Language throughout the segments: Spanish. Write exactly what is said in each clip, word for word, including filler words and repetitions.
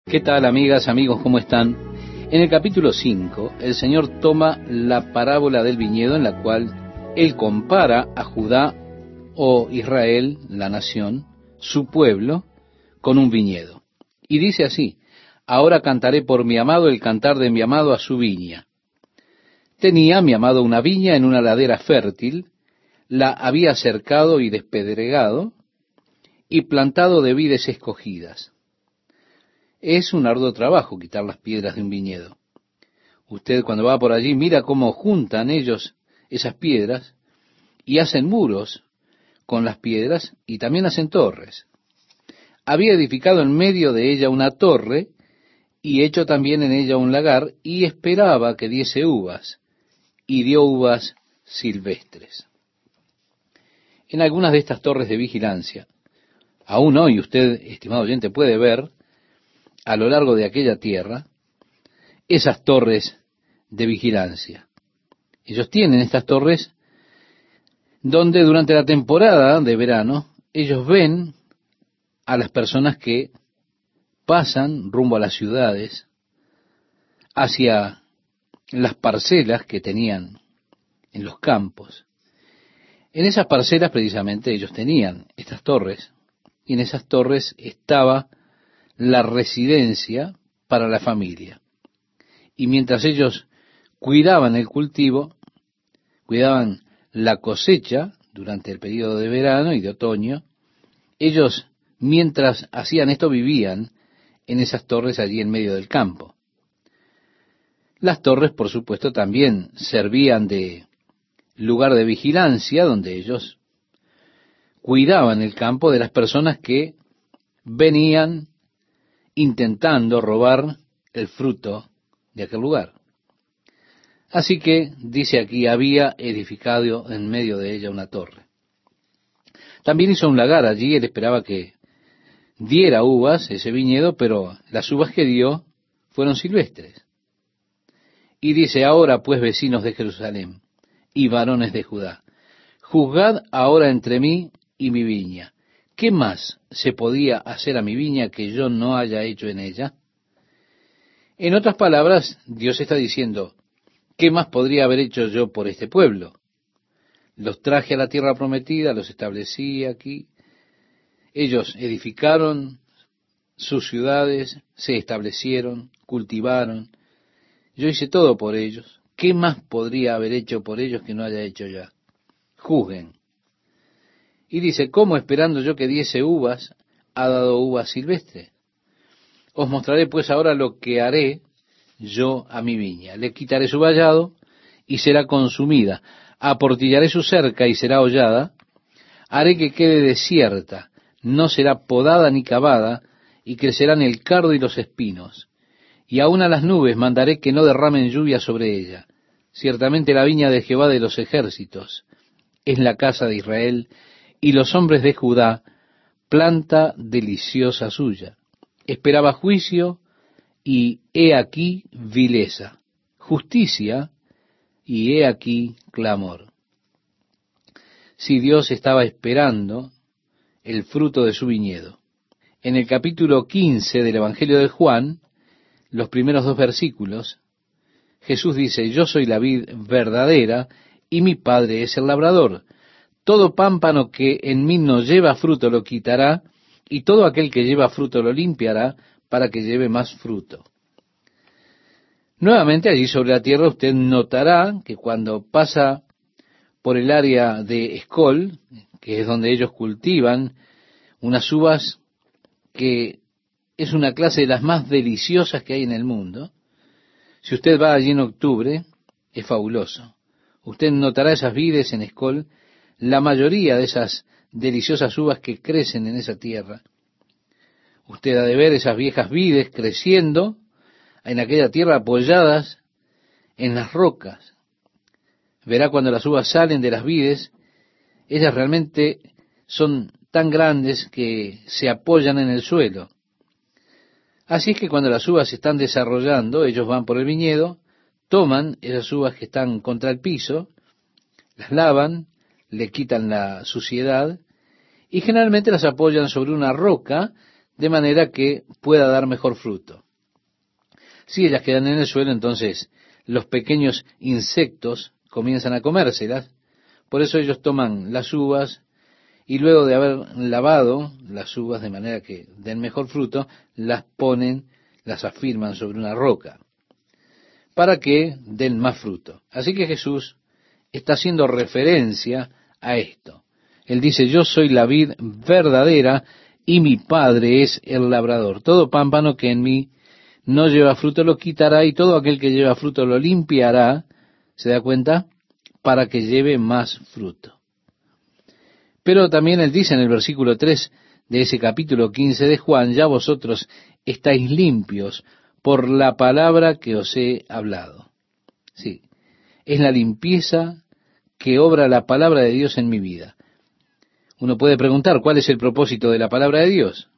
¿Qué tal, amigas, amigos? ¿Cómo están? En el capítulo cinco, el Señor toma la parábola del viñedo en la cual Él compara a Judá o Israel, la nación, su pueblo, con un viñedo. Y dice así: ahora cantaré por mi amado el cantar de mi amado a su viña. Tenía mi amado una viña en una ladera fértil, la había cercado y despedregado, y plantado de vides escogidas. Es un arduo trabajo quitar las piedras de un viñedo. Usted, cuando va por allí, mira cómo juntan ellos esas piedras y hacen muros con las piedras y también hacen torres. Había edificado en medio de ella una torre y hecho también en ella un lagar, y esperaba que diese uvas, y dio uvas silvestres. En algunas de estas torres de vigilancia, aún hoy usted, estimado oyente, puede ver a lo largo de aquella tierra esas torres de vigilancia. Ellos tienen estas torres donde durante la temporada de verano ellos ven a las personas que pasan rumbo a las ciudades, hacia las parcelas que tenían en los campos. En esas parcelas precisamente ellos tenían estas torres, y en esas torres estaba la residencia para la familia. Y mientras ellos cuidaban el cultivo, cuidaban la cosecha durante el periodo de verano y de otoño, ellos, mientras hacían esto, vivían en esas torres allí en medio del campo. Las torres, por supuesto, también servían de lugar de vigilancia, donde ellos cuidaban el campo de las personas que venían intentando robar el fruto de aquel lugar. Así que, dice aquí, había edificado en medio de ella una torre. También hizo un lagar allí. Él esperaba que diera uvas ese viñedo, pero las uvas que dio fueron silvestres. Y dice: ahora pues, vecinos de Jerusalén y varones de Judá, juzgad ahora entre mí y mi viña. ¿Qué más se podía hacer a mi viña que yo no haya hecho en ella? En otras palabras, Dios está diciendo: ¿qué más podría haber hecho yo por este pueblo? Los traje a la tierra prometida, los establecí aquí. Ellos edificaron sus ciudades, se establecieron, cultivaron. Yo hice todo por ellos. ¿Qué más podría haber hecho por ellos que no haya hecho ya? Juzguen. Y dice: ¿cómo, esperando yo que diese uvas, ha dado uvas silvestres? Os mostraré pues ahora lo que haré yo a mi viña. Le quitaré su vallado y será consumida. Aportillaré su cerca y será hollada. Haré que quede desierta, no será podada ni cavada, y crecerán el cardo y los espinos. Y aun a las nubes mandaré que no derramen lluvia sobre ella. Ciertamente la viña de Jehová de los ejércitos es la casa de Israel, y los hombres de Judá, planta deliciosa suya. Esperaba juicio, y he aquí vileza; justicia, y he aquí clamor. Si Dios estaba esperando el fruto de su viñedo. En el capítulo quince del Evangelio de Juan, los primeros dos versículos, Jesús dice: yo soy la vid verdadera, y mi Padre es el labrador. Todo pámpano que en mí no lleva fruto lo quitará, y todo aquel que lleva fruto lo limpiará, para que lleve más fruto. Nuevamente, allí sobre la tierra, usted notará que cuando pasa por el área de Escol, que es donde ellos cultivan unas uvas que es una clase de las más deliciosas que hay en el mundo, si usted va allí en octubre, es fabuloso. Usted notará esas vides en Escol, la mayoría de esas deliciosas uvas que crecen en esa tierra. Usted ha de ver esas viejas vides creciendo en aquella tierra, apoyadas en las rocas. Verá cuando las uvas salen de las vides, ellas realmente son tan grandes que se apoyan en el suelo. Así es que cuando las uvas se están desarrollando, ellos van por el viñedo, toman esas uvas que están contra el piso, las lavan, le quitan la suciedad, y generalmente las apoyan sobre una roca de manera que pueda dar mejor fruto. Si ellas quedan en el suelo, entonces los pequeños insectos comienzan a comérselas. Por eso ellos toman las uvas y luego de haber lavado las uvas de manera que den mejor fruto, las ponen, las afirman sobre una roca, para que den más fruto. Así que Jesús está haciendo referencia a esto. Él dice, yo soy la vid verdadera y mi Padre es el labrador. Todo pámpano que en mí no lleva fruto lo quitará, y todo aquel que lleva fruto lo limpiará, ¿se da cuenta? Para que lleve más fruto. Pero también él dice en el versículo tres de ese capítulo quince de Juan, ya vosotros estáis limpios por la palabra que os he hablado. Sí, es la limpieza que obra la palabra de Dios en mi vida. Uno puede preguntar, ¿cuál es el propósito de la palabra de Dios?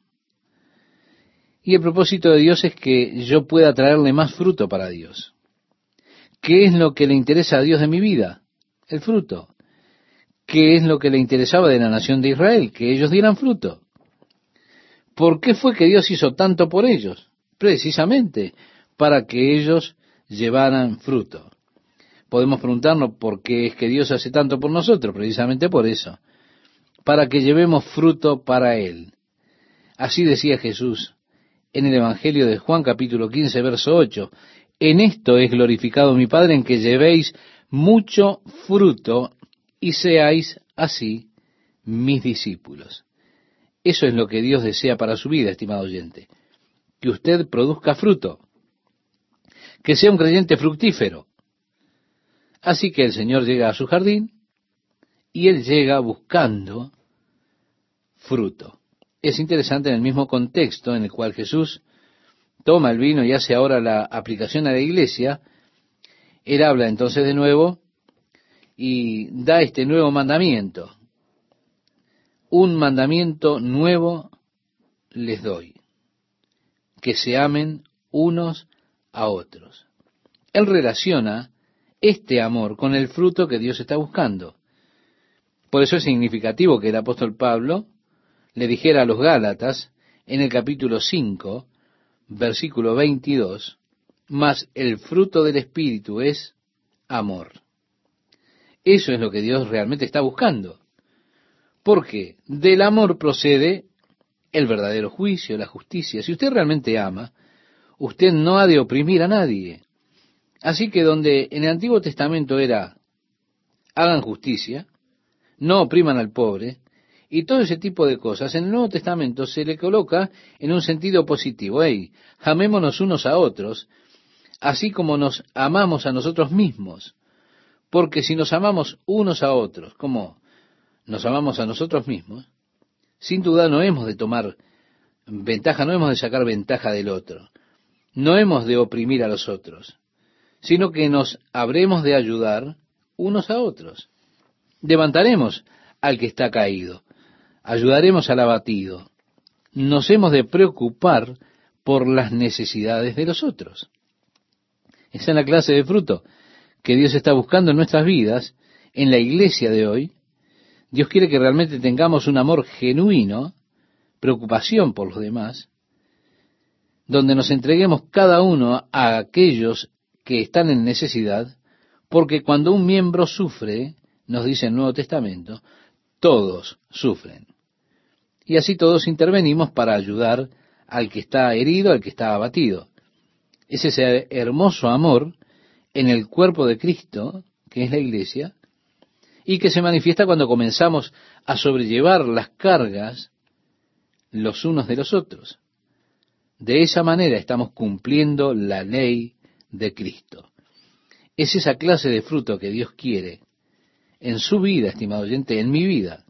Y el propósito de Dios es que yo pueda traerle más fruto para Dios. ¿Qué es lo que le interesa a Dios de mi vida? El fruto. ¿Qué es lo que le interesaba de la nación de Israel? Que ellos dieran fruto. ¿Por qué fue que Dios hizo tanto por ellos? Precisamente para que ellos llevaran fruto. Podemos preguntarnos por qué es que Dios hace tanto por nosotros. Precisamente por eso. Para que llevemos fruto para Él. Así decía Jesús en el Evangelio de Juan capítulo quince, verso ocho. En esto es glorificado mi Padre, en que llevéis mucho fruto y seáis así mis discípulos. Eso es lo que Dios desea para su vida, estimado oyente. Que usted produzca fruto. Que sea un creyente fructífero. Así que el Señor llega a su jardín y Él llega buscando fruto. Es interesante en el mismo contexto en el cual Jesús toma el vino y hace ahora la aplicación a la iglesia. Él habla entonces de nuevo y da este nuevo mandamiento. Un mandamiento nuevo les doy, que se amen unos a otros. Él relaciona este amor con el fruto que Dios está buscando. Por eso es significativo que el apóstol Pablo le dijera a los Gálatas en el capítulo cinco, versículo veintidós, mas el fruto del Espíritu es amor. Eso es lo que Dios realmente está buscando. Porque del amor procede el verdadero juicio, la justicia. Si usted realmente ama, usted no ha de oprimir a nadie. Así que donde en el Antiguo Testamento era, hagan justicia, no opriman al pobre, y todo ese tipo de cosas, en el Nuevo Testamento se le coloca en un sentido positivo. Hey, amémonos unos a otros, así como nos amamos a nosotros mismos. Porque si nos amamos unos a otros, como nos amamos a nosotros mismos, sin duda no hemos de tomar ventaja, no hemos de sacar ventaja del otro. No hemos de oprimir a los otros, sino que nos habremos de ayudar unos a otros. Levantaremos al que está caído, ayudaremos al abatido. Nos hemos de preocupar por las necesidades de los otros. Esa es la clase de fruto que Dios está buscando en nuestras vidas, en la iglesia de hoy. Dios quiere que realmente tengamos un amor genuino, preocupación por los demás, donde nos entreguemos cada uno a aquellos que están en necesidad, porque cuando un miembro sufre, nos dice el Nuevo Testamento, todos sufren. Y así todos intervenimos para ayudar al que está herido, al que está abatido. Es ese hermoso amor en el cuerpo de Cristo, que es la iglesia, y que se manifiesta cuando comenzamos a sobrellevar las cargas los unos de los otros. De esa manera estamos cumpliendo la ley de Cristo. Es esa clase de fruto que Dios quiere en su vida, estimado oyente, en mi vida.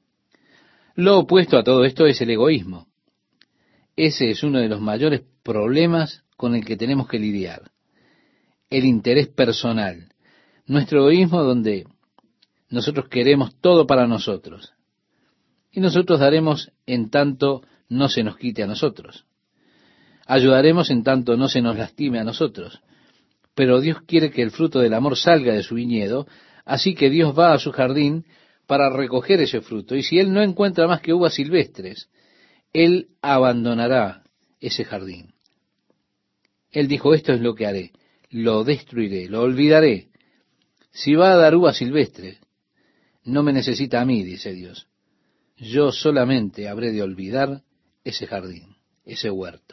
Lo opuesto a todo esto es el egoísmo. Ese es uno de los mayores problemas con el que tenemos que lidiar. El interés personal. Nuestro egoísmo donde nosotros queremos todo para nosotros. Y nosotros daremos en tanto no se nos quite a nosotros. Ayudaremos en tanto no se nos lastime a nosotros. Pero Dios quiere que el fruto del amor salga de su viñedo, así que Dios va a su jardín para recoger ese fruto. Y si Él no encuentra más que uvas silvestres, Él abandonará ese jardín. Él dijo, esto es lo que haré, lo destruiré, lo olvidaré. Si va a dar uvas silvestres, no me necesita a mí, dice Dios. Yo solamente habré de olvidar ese jardín, ese huerto.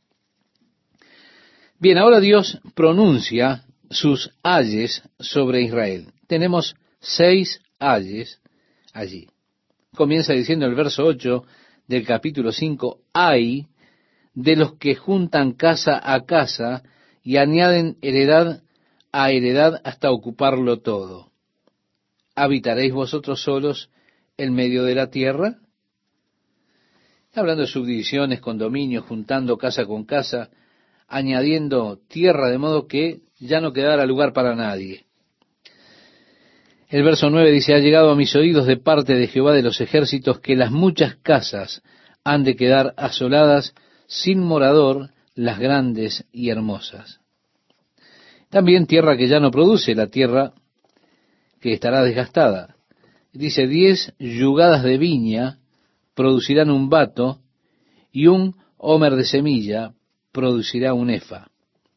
Bien, ahora Dios pronuncia sus ayes sobre Israel. Tenemos seis ayes allí. Comienza diciendo el verso ocho del capítulo cinco, ay de los que juntan casa a casa y añaden heredad a heredad hasta ocuparlo todo. ¿Habitaréis vosotros solos en medio de la tierra? Hablando de subdivisiones, condominios, juntando casa con casa, añadiendo tierra de modo que ya no quedara lugar para nadie. El verso nueve dice, ha llegado a mis oídos de parte de Jehová de los ejércitos que las muchas casas han de quedar asoladas sin morador, las grandes y hermosas. También tierra que ya no produce, la tierra que estará desgastada. Dice, diez yugadas de viña producirán un bato, y un homer de semilla producirá un efa.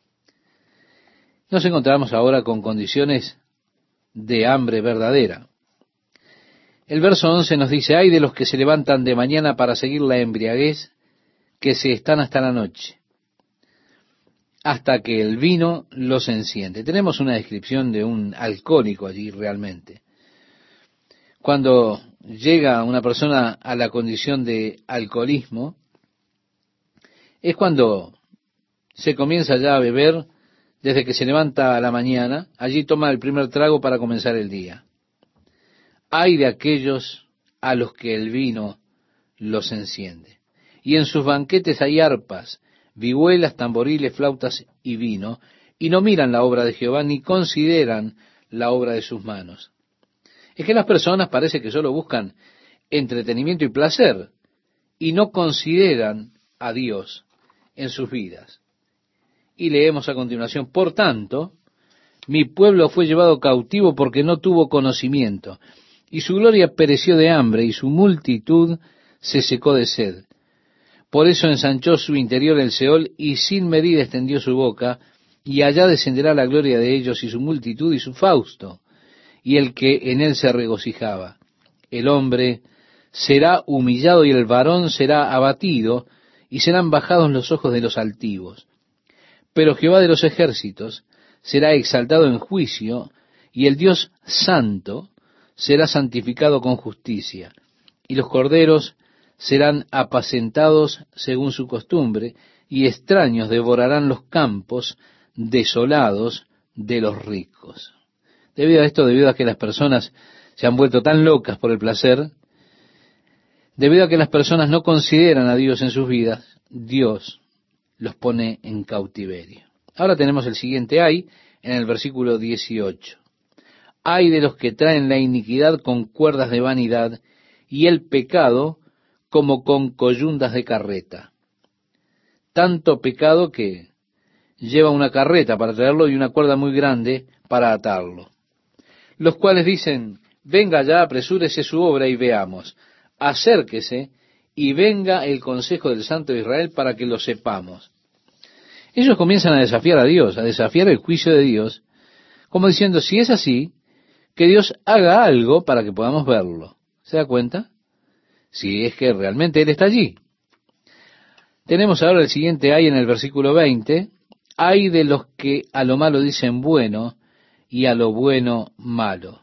Nos encontramos ahora con condiciones de hambre verdadera. El verso once nos dice, ay de los que se levantan de mañana para seguir la embriaguez, que se están hasta la noche, hasta que el vino los enciende. Tenemos una descripción de un alcohólico allí realmente. Cuando llega una persona a la condición de alcoholismo, es cuando se comienza ya a beber desde que se levanta a la mañana, allí toma el primer trago para comenzar el día. Ay de aquellos a los que el vino los enciende. Y en sus banquetes hay arpas, vihuelas, tamboriles, flautas y vino, y no miran la obra de Jehová, ni consideran la obra de sus manos. Es que las personas parece que solo buscan entretenimiento y placer, y no consideran a Dios en sus vidas. Y leemos a continuación, por tanto, mi pueblo fue llevado cautivo porque no tuvo conocimiento, y su gloria pereció de hambre, y su multitud se secó de sed. Por eso ensanchó su interior el Seol, y sin medida extendió su boca, y allá descenderá la gloria de ellos, y su multitud, y su fausto, y el que en él se regocijaba. El hombre será humillado, y el varón será abatido, y serán bajados los ojos de los altivos. Pero Jehová de los ejércitos será exaltado en juicio, y el Dios santo será santificado con justicia, y los corderos serán apacentados según su costumbre, y extraños devorarán los campos desolados de los ricos. Debido a esto, debido a que las personas se han vuelto tan locas por el placer, debido a que las personas no consideran a Dios en sus vidas, Dios los pone en cautiverio. Ahora tenemos el siguiente ay en el versículo dieciocho. Ay de los que traen la iniquidad con cuerdas de vanidad y el pecado como con coyundas de carreta. Tanto pecado que lleva una carreta para traerlo y una cuerda muy grande para atarlo. Los cuales dicen, venga ya, apresúrese su obra y veamos. Acérquese y venga el consejo del Santo de Israel para que lo sepamos. Ellos comienzan a desafiar a Dios, a desafiar el juicio de Dios, como diciendo, si es así, que Dios haga algo para que podamos verlo. ¿Se da cuenta? Si es que realmente Él está allí. Tenemos ahora el siguiente ay en el versículo veinte. Ay de los que a lo malo dicen bueno y a lo bueno malo.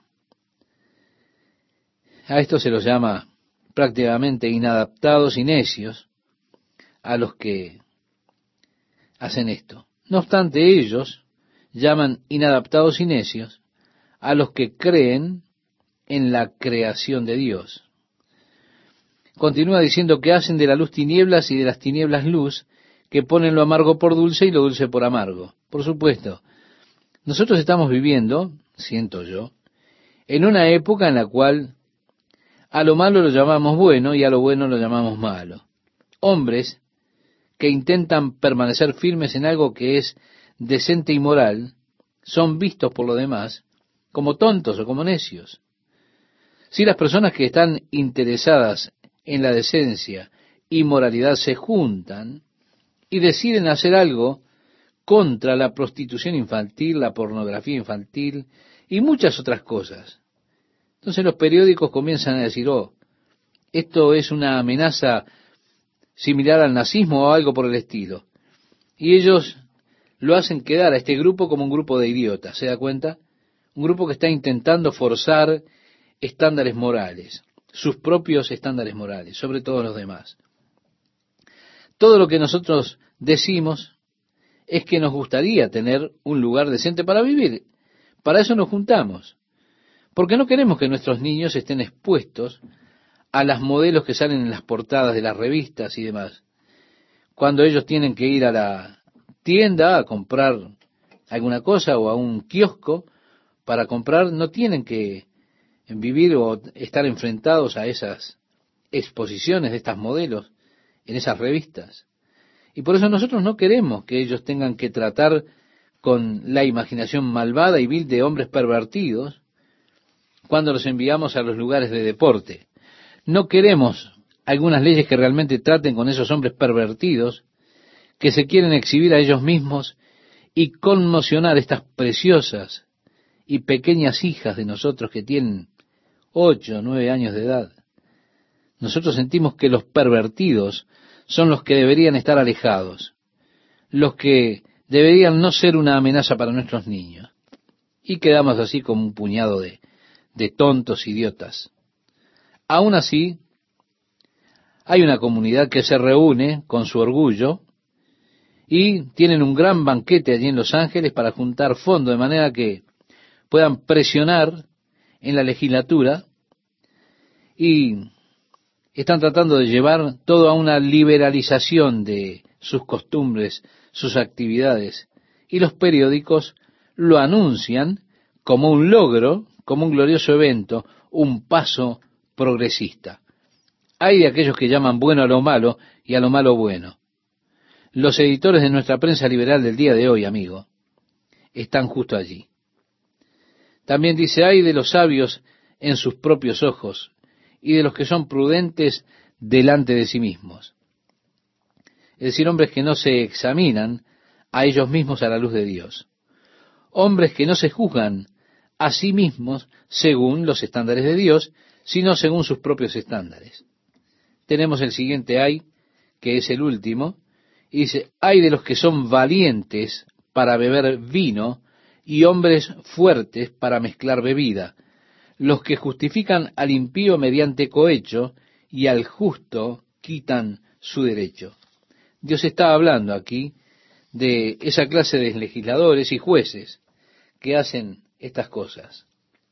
A esto se los llama prácticamente inadaptados y necios, a los que hacen esto. No obstante, ellos llaman inadaptados y necios a los que creen en la creación de Dios. Continúa diciendo que hacen de la luz tinieblas y de las tinieblas luz, que ponen lo amargo por dulce y lo dulce por amargo. Por supuesto, nosotros estamos viviendo, siento yo, en una época en la cual a lo malo lo llamamos bueno y a lo bueno lo llamamos malo. Hombres que intentan permanecer firmes en algo que es decente y moral, son vistos por lo demás como tontos o como necios. Si las personas que están interesadas en la decencia inmoralidad se juntan y deciden hacer algo contra la prostitución infantil, la pornografía infantil y muchas otras cosas. Entonces los periódicos comienzan a decir, oh, esto es una amenaza similar al nazismo o algo por el estilo. Y ellos lo hacen quedar a este grupo como un grupo de idiotas, ¿se da cuenta? Un grupo que está intentando forzar estándares morales, sus propios estándares morales, sobre todos los demás. Todo lo que nosotros decimos es que nos gustaría tener un lugar decente para vivir. Para eso nos juntamos. Porque no queremos que nuestros niños estén expuestos a las modelos que salen en las portadas de las revistas y demás. Cuando ellos tienen que ir a la tienda a comprar alguna cosa o a un kiosco para comprar, no tienen que vivir o estar enfrentados a esas exposiciones de estas modelos en esas revistas. Y por eso nosotros no queremos que ellos tengan que tratar con la imaginación malvada y vil de hombres pervertidos cuando los enviamos a los lugares de deporte. No queremos algunas leyes que realmente traten con esos hombres pervertidos que se quieren exhibir a ellos mismos y conmocionar estas preciosas y pequeñas hijas de nosotros que tienen ocho, nueve años de edad. Nosotros sentimos que los pervertidos son los que deberían estar alejados, los que deberían no ser una amenaza para nuestros niños. Y quedamos así como un puñado de, de tontos idiotas. Aún así, hay una comunidad que se reúne con su orgullo y tienen un gran banquete allí en Los Ángeles para juntar fondos de manera que puedan presionar en la legislatura y están tratando de llevar todo a una liberalización de sus costumbres, sus actividades, y los periódicos lo anuncian como un logro, como un glorioso evento, un paso progresista. Hay de aquellos que llaman bueno a lo malo y a lo malo bueno. Los editores de nuestra prensa liberal del día de hoy, amigo, están justo allí. También dice, hay de los sabios en sus propios ojos y de los que son prudentes delante de sí mismos. Es decir, hombres que no se examinan a ellos mismos a la luz de Dios. Hombres que no se juzgan a sí mismos según los estándares de Dios, sino según sus propios estándares. Tenemos el siguiente ay, que es el último, y dice, ay de los que son valientes para beber vino y hombres fuertes para mezclar bebida, los que justifican al impío mediante cohecho y al justo quitan su derecho. Dios está hablando aquí de esa clase de legisladores y jueces que hacen estas cosas.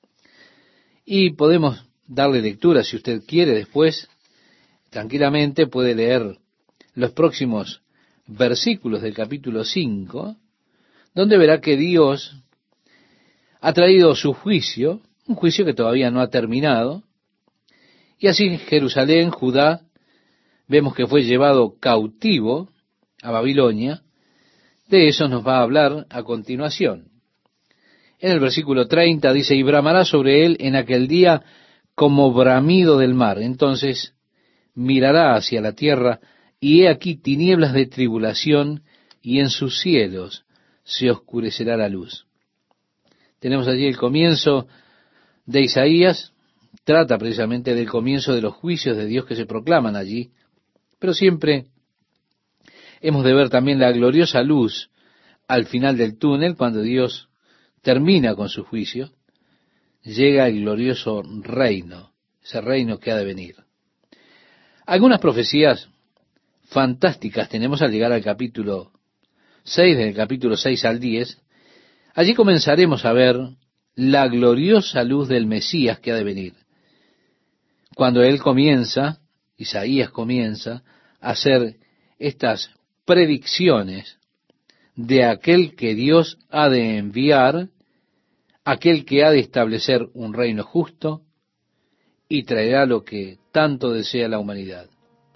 Y podemos darle lectura, si usted quiere, después, tranquilamente puede leer los próximos versículos del capítulo cinco, donde verá que Dios ha traído su juicio, un juicio que todavía no ha terminado, y así Jerusalén, Judá, vemos que fue llevado cautivo a Babilonia. De eso nos va a hablar a continuación. En el versículo treinta dice, y bramará sobre él en aquel día como bramido del mar. Entonces mirará hacia la tierra, y he aquí tinieblas de tribulación, y en sus cielos se oscurecerá la luz. Tenemos allí el comienzo de Isaías, trata precisamente del comienzo de los juicios de Dios que se proclaman allí, pero siempre hemos de ver también la gloriosa luz al final del túnel, cuando Dios termina con su juicio, llega el glorioso reino, ese reino que ha de venir. Algunas profecías fantásticas tenemos al llegar al capítulo seis, del capítulo seis al diez. Allí comenzaremos a ver la gloriosa luz del Mesías que ha de venir. Cuando él comienza, Isaías comienza a hacer estas predicciones de aquel que Dios ha de enviar, aquel que ha de establecer un reino justo y traerá lo que tanto desea la humanidad,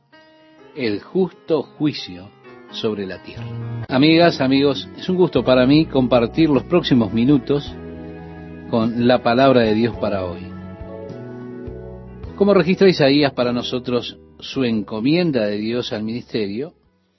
el justo juicio sobre la tierra. Amigas, amigos, es un gusto para mí compartir los próximos minutos con la palabra de Dios para hoy. Como registra Isaías para nosotros, su encomienda de Dios al ministerio,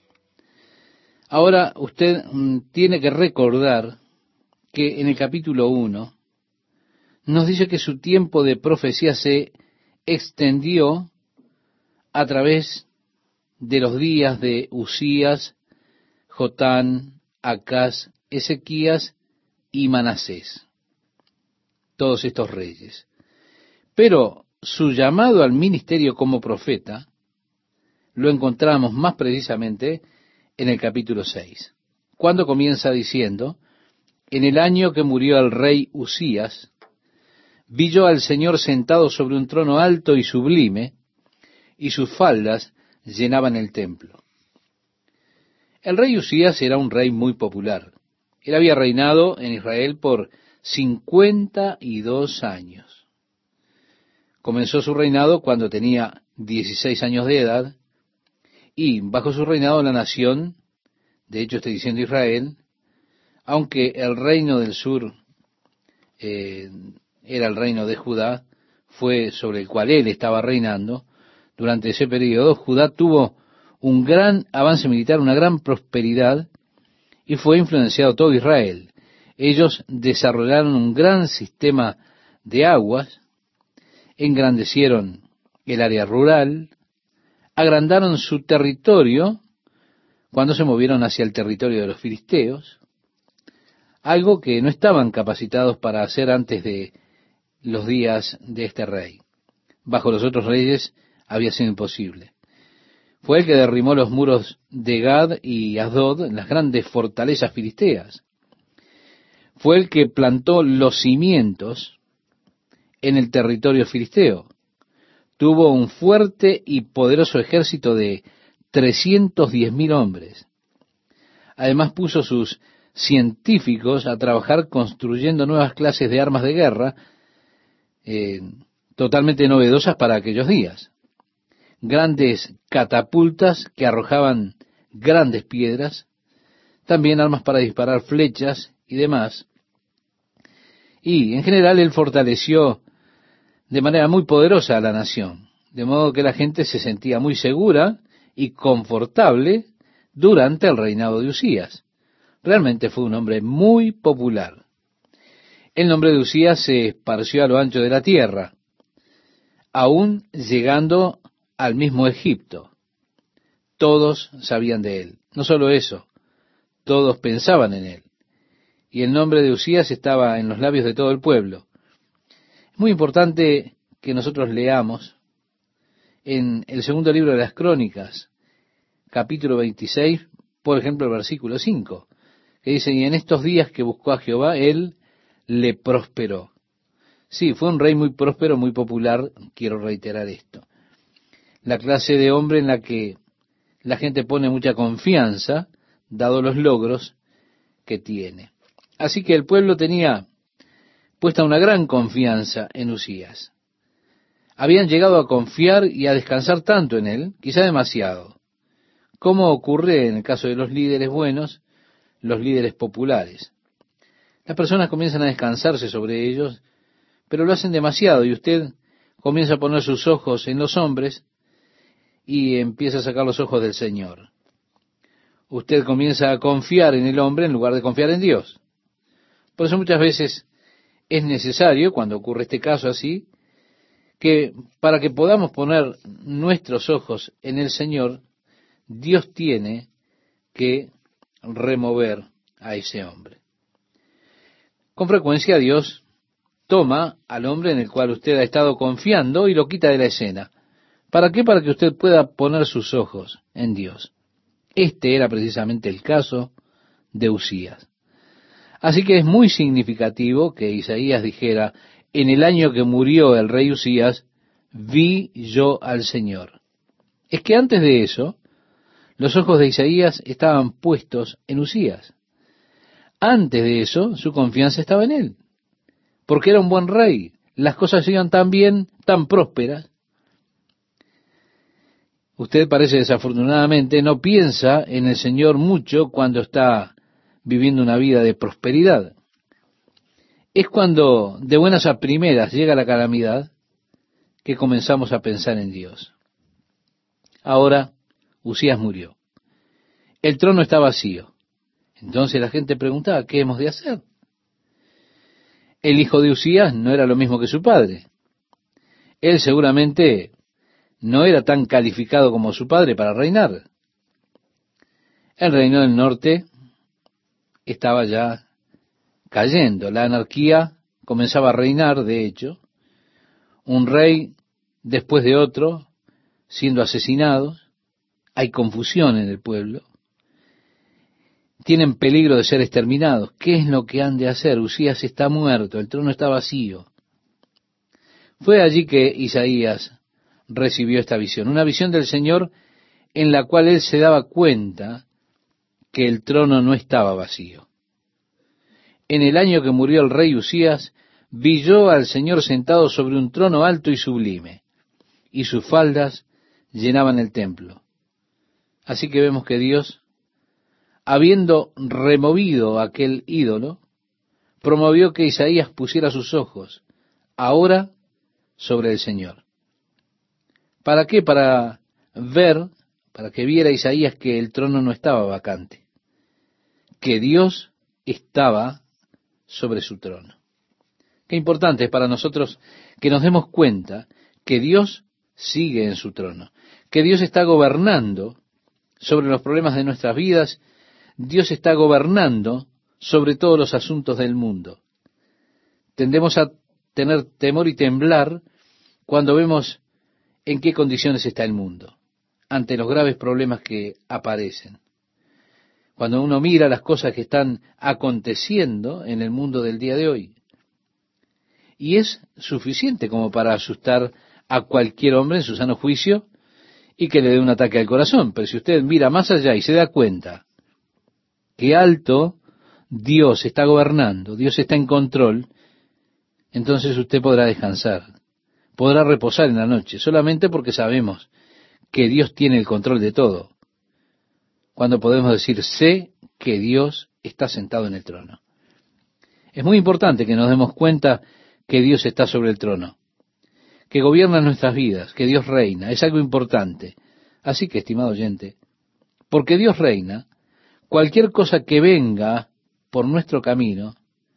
ahora usted mm, tiene que recordar que en el capítulo uno nos dice que su tiempo de profecía se extendió a través de los días de Usías, Jotán, Acaz, Ezequías y Manasés, todos estos reyes. Pero su llamado al ministerio como profeta lo encontramos más precisamente en el capítulo seis, cuando comienza diciendo: en el año que murió el rey Usías, vi yo al Señor sentado sobre un trono alto y sublime, y sus faldas llenaban el templo. El rey Usías era un rey muy popular. Él había reinado en Israel por cincuenta y dos años. Comenzó su reinado cuando tenía dieciséis años de edad, y bajo su reinado la nación, de hecho estoy diciendo Israel, aunque el reino del sur eh, era el reino de Judá, fue sobre el cual él estaba reinando, durante ese periodo Judá tuvo un gran avance militar, una gran prosperidad, y fue influenciado todo Israel. Ellos desarrollaron un gran sistema de aguas, engrandecieron el área rural, agrandaron su territorio cuando se movieron hacia el territorio de los filisteos, algo que no estaban capacitados para hacer antes de los días de este rey. Bajo los otros reyes había sido imposible. Fue el que derribó los muros de Gad y Asdod, las grandes fortalezas filisteas. Fue el que plantó los cimientos en el territorio filisteo. Tuvo un fuerte y poderoso ejército de trescientos diez mil hombres. Además puso sus científicos a trabajar construyendo nuevas clases de armas de guerra, eh, totalmente novedosas para aquellos días. Grandes catapultas que arrojaban grandes piedras, también armas para disparar flechas y demás. Y en general él fortaleció de manera muy poderosa a la nación, de modo que la gente se sentía muy segura y confortable durante el reinado de Usías. Realmente fue un hombre muy popular. El nombre de Usías se esparció a lo ancho de la tierra, aún llegando al mismo Egipto. Todos sabían de él. No solo eso, todos pensaban en él. Y el nombre de Usías estaba en los labios de todo el pueblo. Es muy importante que nosotros leamos en el segundo libro de las Crónicas, capítulo veintiséis, por ejemplo, el versículo cinco, que dice: y en estos días que buscó a Jehová, él le prosperó. Sí, fue un rey muy próspero, muy popular, quiero reiterar esto. La clase de hombre en la que la gente pone mucha confianza, dado los logros que tiene. Así que el pueblo tenía puesta una gran confianza en Usías. Habían llegado a confiar y a descansar tanto en él, quizá demasiado, como ocurre en el caso de los líderes buenos, los líderes populares. Las personas comienzan a descansarse sobre ellos, pero lo hacen demasiado, y usted comienza a poner sus ojos en los hombres y empieza a sacar los ojos del Señor. Usted comienza a confiar en el hombre en lugar de confiar en Dios. Por eso muchas veces es necesario, cuando ocurre este caso así, que para que podamos poner nuestros ojos en el Señor, Dios tiene que remover a ese hombre. Con frecuencia Dios toma al hombre en el cual usted ha estado confiando y lo quita de la escena. ¿Para qué? Para que usted pueda poner sus ojos en Dios. Este era precisamente el caso de Usías. Así que es muy significativo que Isaías dijera: en el año que murió el rey Usías, vi yo al Señor. Es que antes de eso, los ojos de Isaías estaban puestos en Usías. Antes de eso, su confianza estaba en él, porque era un buen rey. Las cosas iban tan bien, tan prósperas. Usted parece desafortunadamente no piensa en el Señor mucho cuando está viviendo una vida de prosperidad. Es cuando de buenas a primeras llega la calamidad que comenzamos a pensar en Dios. Ahora Usías murió. El trono está vacío. Entonces la gente preguntaba, ¿qué hemos de hacer? El hijo de Usías no era lo mismo que su padre. Él seguramente no era tan calificado como su padre para reinar. El reino del norte estaba ya cayendo. La anarquía comenzaba a reinar, de hecho. Un rey después de otro siendo asesinados. Hay confusión en el pueblo. Tienen peligro de ser exterminados. ¿Qué es lo que han de hacer? Usías está muerto, el trono está vacío. Fue allí que Isaías recibió esta visión, una visión del Señor en la cual él se daba cuenta que el trono no estaba vacío. En el año que murió el rey Usías, vi yo al Señor sentado sobre un trono alto y sublime, y sus faldas llenaban el templo. Así que vemos que Dios, habiendo removido aquel ídolo, promovió que Isaías pusiera sus ojos ahora sobre el Señor. ¿Para qué? Para ver, para que viera Isaías que el trono no estaba vacante, que Dios estaba sobre su trono. Qué importante es para nosotros que nos demos cuenta que Dios sigue en su trono, que Dios está gobernando sobre los problemas de nuestras vidas. Dios está gobernando sobre todos los asuntos del mundo. Tendemos a tener temor y temblar cuando vemos en qué condiciones está el mundo, ante los graves problemas que aparecen. Cuando uno mira las cosas que están aconteciendo en el mundo del día de hoy. Y es suficiente como para asustar a cualquier hombre en su sano juicio y que le dé un ataque al corazón. Pero si usted mira más allá y se da cuenta que alto Dios está gobernando, Dios está en control, entonces usted podrá descansar, podrá reposar en la noche, solamente porque sabemos que Dios tiene el control de todo. Cuando podemos decir, sé que Dios está sentado en el trono. Es muy importante que nos demos cuenta que Dios está sobre el trono, que gobierna nuestras vidas, que Dios reina. Es algo importante. Así que, estimado oyente, porque Dios reina, cualquier cosa que venga por nuestro camino,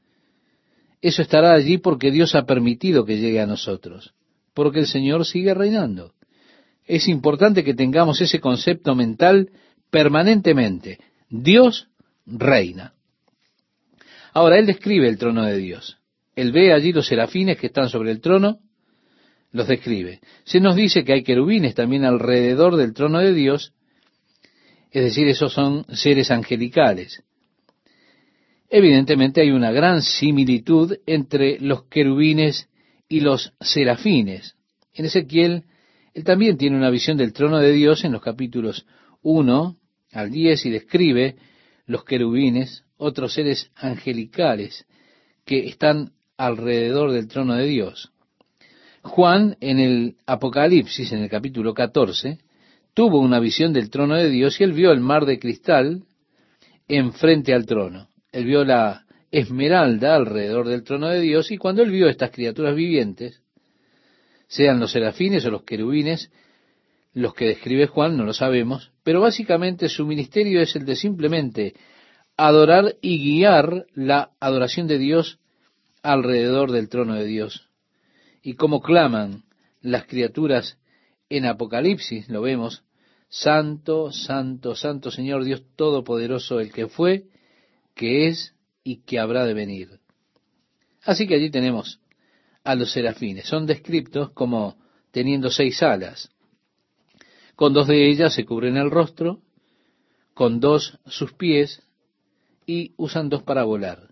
eso estará allí porque Dios ha permitido que llegue a nosotros, porque el Señor sigue reinando. Es importante que tengamos ese concepto mental permanentemente. Dios reina. Ahora, Él describe el trono de Dios. Él ve allí los serafines que están sobre el trono, los describe. Se nos dice que hay querubines también alrededor del trono de Dios, es decir, esos son seres angelicales. Evidentemente hay una gran similitud entre los querubines y los serafines. En Ezequiel, él también tiene una visión del trono de Dios en los capítulos uno al diez y describe los querubines, otros seres angelicales que están alrededor del trono de Dios. Juan, en el Apocalipsis, en el capítulo catorce, tuvo una visión del trono de Dios y él vio el mar de cristal enfrente al trono. Él vio la esmeralda alrededor del trono de Dios y cuando él vio estas criaturas vivientes, sean los serafines o los querubines, los que describe Juan, no lo sabemos, pero básicamente su ministerio es el de simplemente adorar y guiar la adoración de Dios alrededor del trono de Dios. Y como claman las criaturas en Apocalipsis, lo vemos, Santo, Santo, Santo Señor Dios Todopoderoso, el que fue, que es y que habrá de venir. Así que allí tenemos a los serafines. Son descritos como teniendo seis alas. Con dos de ellas se cubren el rostro, con dos sus pies y usan dos para volar.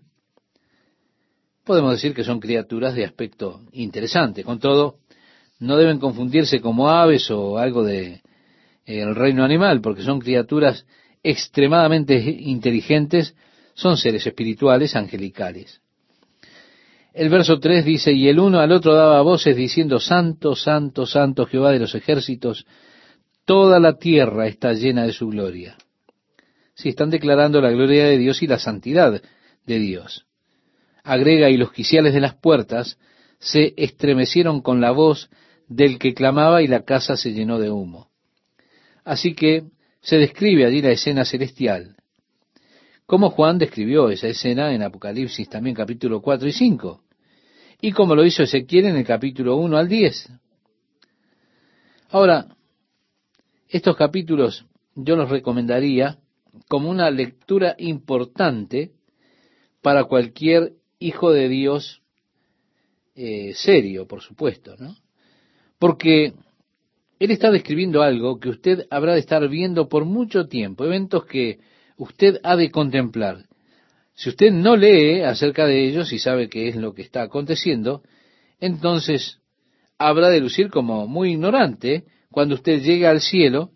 Podemos decir que son criaturas de aspecto interesante. Con todo, no deben confundirse como aves o algo de eh, el reino animal, porque son criaturas extremadamente inteligentes, son seres espirituales, angelicales. El verso tres dice, y el uno al otro daba voces diciendo, Santo, Santo, Santo Jehová de los ejércitos, toda la tierra está llena de su gloria. Sí, están declarando la gloria de Dios y la santidad de Dios. Agrega, y los quiciales de las puertas se estremecieron con la voz del que clamaba y la casa se llenó de humo. Así que se describe allí la escena celestial, como Juan describió esa escena en Apocalipsis también capítulo cuatro y cinco, y como lo hizo Ezequiel en el capítulo uno al diez. Ahora, estos capítulos yo los recomendaría como una lectura importante para cualquier hijo de Dios eh, serio, por supuesto, ¿no? Porque él está describiendo algo que usted habrá de estar viendo por mucho tiempo, eventos que usted ha de contemplar. Si usted no lee acerca de ellos y sabe qué es lo que está aconteciendo, entonces habrá de lucir como muy ignorante cuando usted llegue al cielo.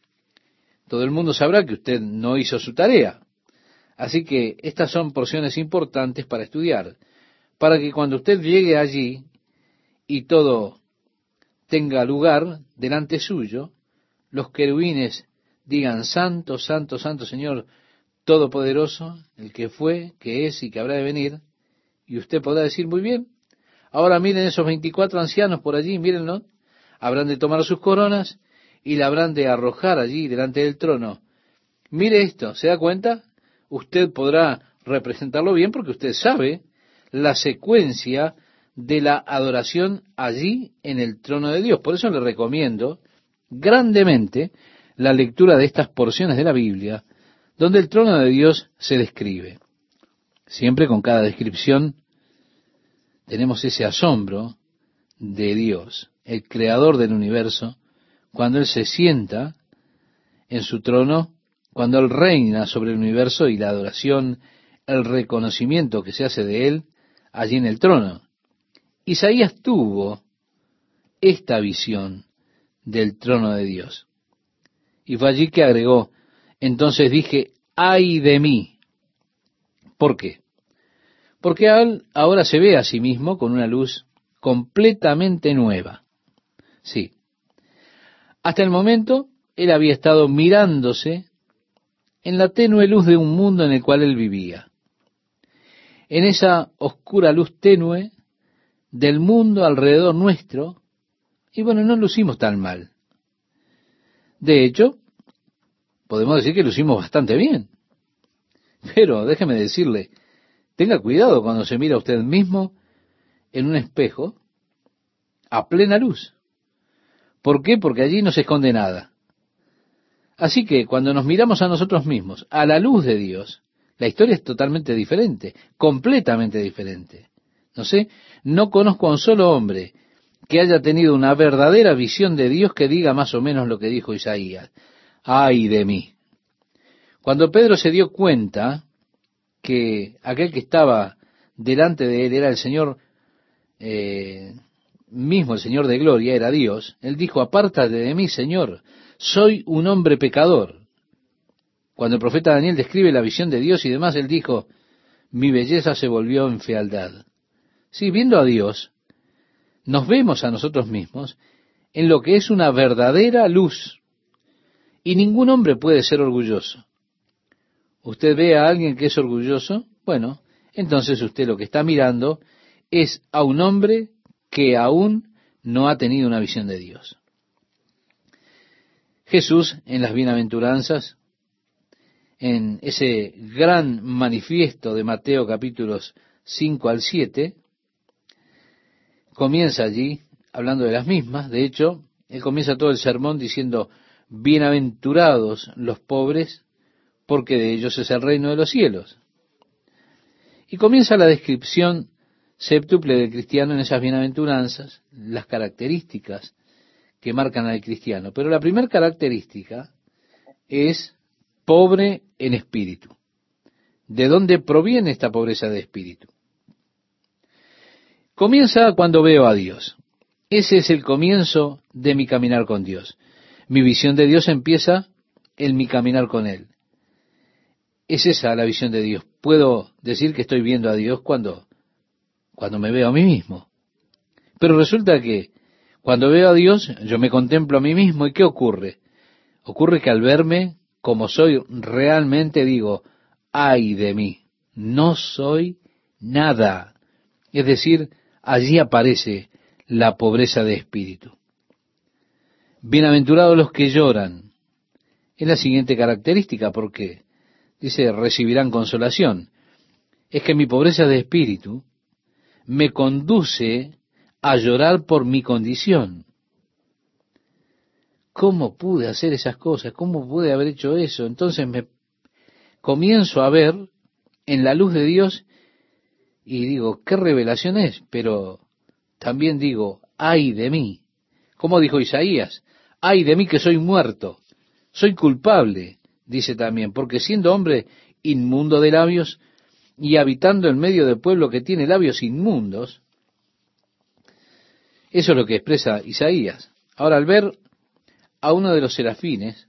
Todo el mundo sabrá que usted no hizo su tarea. Así que estas son porciones importantes para estudiar, para que cuando usted llegue allí y todo tenga lugar delante suyo, los querubines digan: Santo, Santo, Santo Señor Todopoderoso, el que fue, que es y que habrá de venir. Y usted podrá decir: muy bien, ahora miren esos veinticuatro ancianos por allí, mírenlo, habrán de tomar sus coronas y la habrán de arrojar allí delante del trono. Mire esto, ¿se da cuenta? Usted podrá representarlo bien porque usted sabe la secuencia de la adoración allí en el trono de Dios. Por eso le recomiendo grandemente la lectura de estas porciones de la Biblia, donde el trono de Dios se describe. Siempre con cada descripción tenemos ese asombro de Dios, el creador del universo, cuando Él se sienta en su trono, cuando Él reina sobre el universo, y la adoración, el reconocimiento que se hace de Él allí en el trono. Isaías tuvo esta visión del trono de Dios. Y fue allí que agregó: entonces dije, ¡ay de mí! ¿Por qué? Porque él ahora se ve a sí mismo con una luz completamente nueva. Sí. Hasta el momento, él había estado mirándose en la tenue luz de un mundo en el cual él vivía. En esa oscura luz tenue del mundo alrededor nuestro, y bueno, no lucimos tan mal. De hecho, podemos decir que lucimos bastante bien. Pero déjeme decirle, tenga cuidado cuando se mira a usted mismo en un espejo a plena luz. ¿Por qué? Porque allí no se esconde nada. Así que cuando nos miramos a nosotros mismos a la luz de Dios, la historia es totalmente diferente, completamente diferente. No sé, no conozco a un solo hombre que haya tenido una verdadera visión de Dios que diga más o menos lo que dijo Isaías. ¡Ay de mí! Cuando Pedro se dio cuenta que aquel que estaba delante de él era el Señor eh, mismo, el Señor de gloria, era Dios, él dijo: apártate de mí, Señor, soy un hombre pecador. Cuando el profeta Daniel describe la visión de Dios y demás, él dijo: mi belleza se volvió en fealdad. Sí, viendo a Dios, nos vemos a nosotros mismos en lo que es una verdadera luz. Y ningún hombre puede ser orgulloso. Usted ve a alguien que es orgulloso, bueno, entonces usted lo que está mirando es a un hombre que aún no ha tenido una visión de Dios. Jesús, en las bienaventuranzas, en ese gran manifiesto de Mateo capítulos cinco al siete, comienza allí hablando de las mismas. De hecho, él comienza todo el sermón diciendo: bienaventurados los pobres, porque de ellos es el reino de los cielos. Y comienza la descripción séptuple del cristiano en esas bienaventuranzas, las características que marcan al cristiano. Pero la primera característica es pobre en espíritu. ¿De dónde proviene esta pobreza de espíritu? Comienza cuando veo a Dios. Ese es el comienzo de mi caminar con Dios. Mi visión de Dios empieza en mi caminar con Él. Es esa la visión de Dios. Puedo decir que estoy viendo a Dios cuando, cuando me veo a mí mismo. Pero resulta que cuando veo a Dios, yo me contemplo a mí mismo. ¿Y qué ocurre? Ocurre que al verme como soy realmente, digo: ay de mí, no soy nada. Es decir, allí aparece la pobreza de espíritu. Bienaventurados los que lloran, es la siguiente característica, porque dice, recibirán consolación. Es que mi pobreza de espíritu me conduce a llorar por mi condición. ¿Cómo pude hacer esas cosas? ¿Cómo pude haber hecho eso? Entonces me comienzo a ver en la luz de Dios y digo, ¿qué revelación es? Pero también digo, ay de mí. Como dijo Isaías, ay de mí que soy muerto, soy culpable, dice también, porque siendo hombre inmundo de labios y habitando en medio del pueblo que tiene labios inmundos, eso es lo que expresa Isaías. Ahora, al ver a uno de los serafines,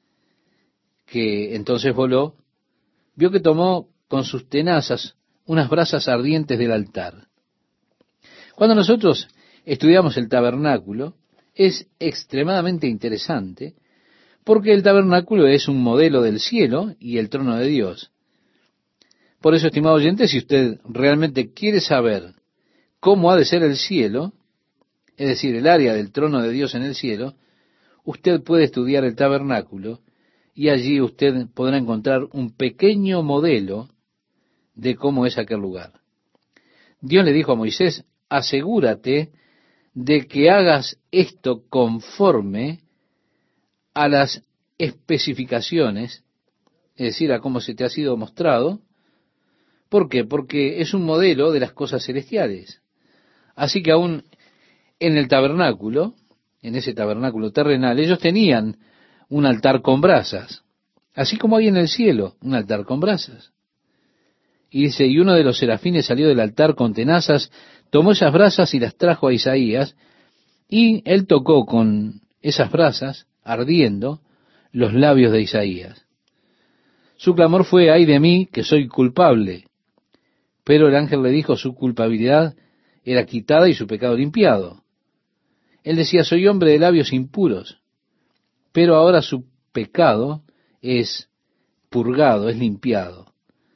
que entonces voló, vio que tomó con sus tenazas unas brasas ardientes del altar. Cuando nosotros estudiamos el tabernáculo, es extremadamente interesante, porque el tabernáculo es un modelo del cielo y el trono de Dios. Por eso, estimado oyente, si usted realmente quiere saber cómo ha de ser el cielo, es decir, el área del trono de Dios en el cielo, usted puede estudiar el tabernáculo y allí usted podrá encontrar un pequeño modelo de cómo es aquel lugar. Dios le dijo a Moisés, asegúrate de que hagas esto conforme a las especificaciones, es decir, a cómo se te ha sido mostrado. ¿Por qué? Porque es un modelo de las cosas celestiales. Así que aún en el tabernáculo, en ese tabernáculo terrenal, ellos tenían un altar con brasas, así como hay en el cielo un altar con brasas. Y dice, y uno de los serafines salió del altar con tenazas, tomó esas brasas y las trajo a Isaías, y él tocó con esas brasas, ardiendo, los labios de Isaías. Su clamor fue, ay de mí, que soy culpable. Pero el ángel le dijo, su culpabilidad era quitada y su pecado limpiado. Él decía, soy hombre de labios impuros, pero ahora su pecado es purgado, es limpiado.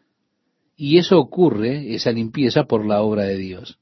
Y eso ocurre, esa limpieza, por la obra de Dios.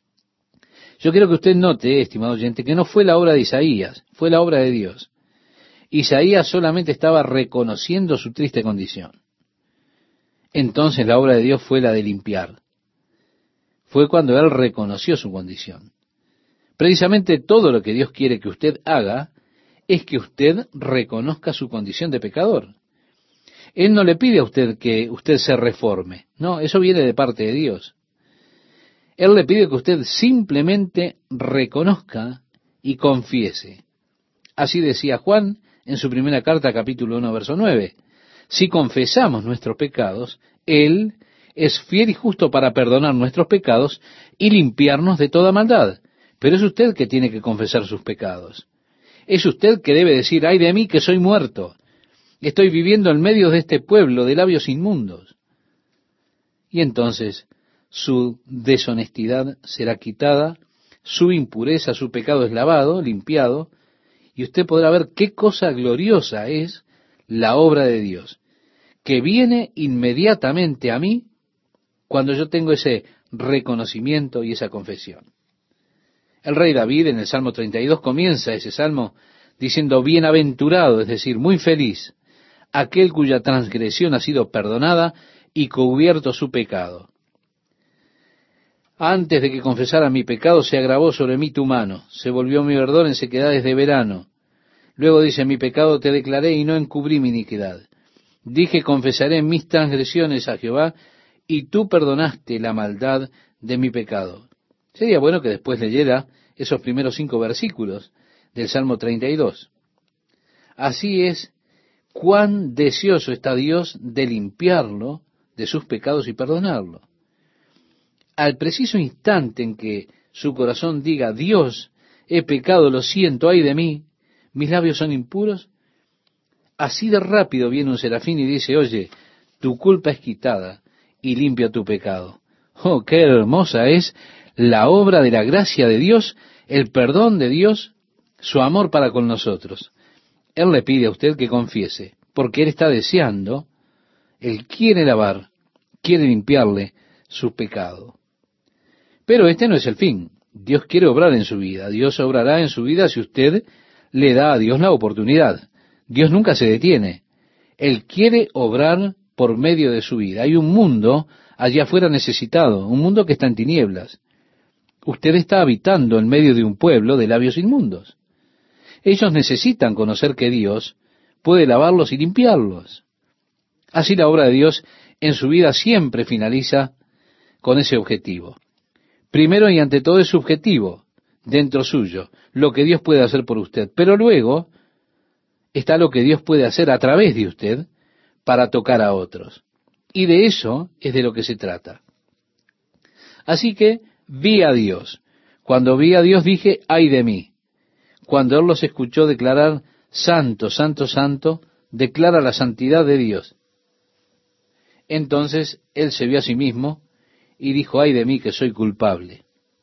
Yo quiero que usted note, estimado oyente, que no fue la obra de Isaías, fue la obra de Dios. Isaías solamente estaba reconociendo su triste condición. Entonces la obra de Dios fue la de limpiar. Fue cuando él reconoció su condición. Precisamente todo lo que Dios quiere que usted haga es que usted reconozca su condición de pecador. Él no le pide a usted que usted se reforme. No, eso viene de parte de Dios. Él le pide que usted simplemente reconozca y confiese. Así decía Juan en su primera carta, capítulo uno, verso nueve. Si confesamos nuestros pecados, Él es fiel y justo para perdonar nuestros pecados y limpiarnos de toda maldad. Pero es usted que tiene que confesar sus pecados. Es usted que debe decir, ay de mí que soy muerto. Estoy viviendo en medio de este pueblo de labios inmundos. Y entonces su deshonestidad será quitada, su impureza, su pecado es lavado, limpiado, y usted podrá ver qué cosa gloriosa es la obra de Dios, que viene inmediatamente a mí cuando yo tengo ese reconocimiento y esa confesión. El rey David en el Salmo treinta y dos comienza ese salmo diciendo, bienaventurado, es decir, muy feliz, aquel cuya transgresión ha sido perdonada y cubierto su pecado. Antes de que confesara mi pecado, se agravó sobre mí tu mano, se volvió mi verdor en sequedades de verano. Luego dice, mi pecado te declaré y no encubrí mi iniquidad. Dije, confesaré mis transgresiones a Jehová, y tú perdonaste la maldad de mi pecado. Sería bueno que después leyera esos primeros cinco versículos del Salmo treinta y dos. Así es, cuán deseoso está Dios de limpiarlo de sus pecados y perdonarlo. Al preciso instante en que su corazón diga, Dios, he pecado, lo siento, ay de mí, mis labios son impuros, así de rápido viene un serafín y dice, oye, tu culpa es quitada y limpia tu pecado. Oh, qué hermosa es la obra de la gracia de Dios, el perdón de Dios, su amor para con nosotros. Él le pide a usted que confiese, porque Él está deseando, Él quiere lavar, quiere limpiarle su pecado. Pero este no es el fin. Dios quiere obrar en su vida. Dios obrará en su vida si usted le da a Dios la oportunidad. Dios nunca se detiene. Él quiere obrar por medio de su vida. Hay un mundo allá afuera necesitado, un mundo que está en tinieblas. Usted está habitando en medio de un pueblo de labios inmundos. Ellos necesitan conocer que Dios puede lavarlos y limpiarlos. Así la obra de Dios en su vida siempre finaliza con ese objetivo. Primero y ante todo es subjetivo, dentro suyo, lo que Dios puede hacer por usted. Pero luego está lo que Dios puede hacer a través de usted para tocar a otros. Y de eso es de lo que se trata. Así que vi a Dios. Cuando vi a Dios dije, ay de mí. Cuando Él los escuchó declarar, santo, santo, santo, declara la santidad de Dios. Entonces Él se vio a sí mismo y dijo, ay de mí que soy culpable.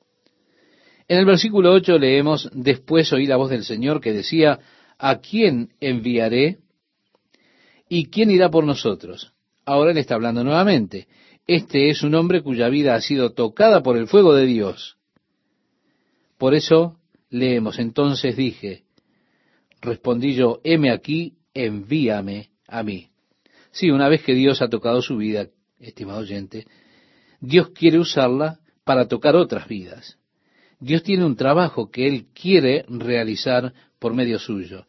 En el versículo ocho leemos, después oí la voz del Señor que decía, ¿a quién enviaré? ¿Y quién irá por nosotros? Ahora Él está hablando nuevamente. Este es un hombre cuya vida ha sido tocada por el fuego de Dios. Por eso leemos, entonces dije, respondí yo, heme aquí, envíame a mí. Sí, una vez que Dios ha tocado su vida, estimado oyente, Dios quiere usarla para tocar otras vidas. Dios tiene un trabajo que Él quiere realizar por medio suyo.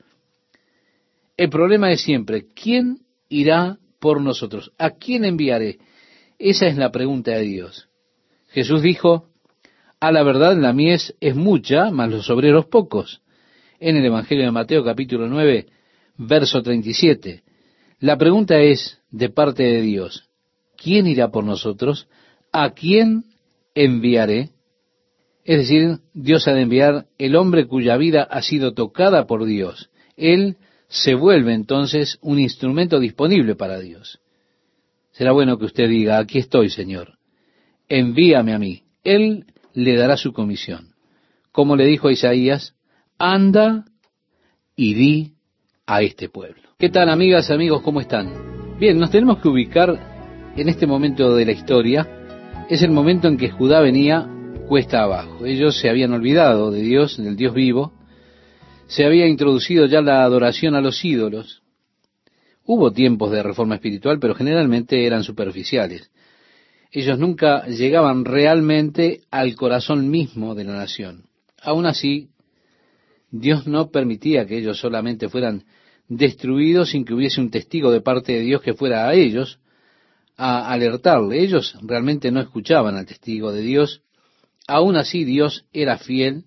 El problema es siempre, ¿quién irá por nosotros? ¿A quién enviaré? Esa es la pregunta de Dios. Jesús dijo, a la verdad la mies es mucha, mas los obreros pocos. En el Evangelio de Mateo capítulo nueve, verso treinta y siete. La pregunta es de parte de Dios, ¿quién irá por nosotros? ¿A quién enviaré? Es decir, Dios ha de enviar el hombre cuya vida ha sido tocada por Dios. Él se vuelve entonces un instrumento disponible para Dios. Será bueno que usted diga, aquí estoy, Señor, envíame a mí. Él le dará su comisión. Como le dijo a Isaías, anda y di a este pueblo. ¿Qué tal, amigas, amigos? ¿Cómo están? Bien, nos tenemos que ubicar en este momento de la historia. Es el momento en que Judá venía cuesta abajo. Ellos se habían olvidado de Dios, del Dios vivo. Se había introducido ya la adoración a los ídolos. Hubo tiempos de reforma espiritual, pero generalmente eran superficiales. Ellos nunca llegaban realmente al corazón mismo de la nación. Aún así, Dios no permitía que ellos solamente fueran destruidos sin que hubiese un testigo de parte de Dios que fuera a ellos a alertarle. Ellos realmente no escuchaban al testigo de Dios. Aún así, Dios era fiel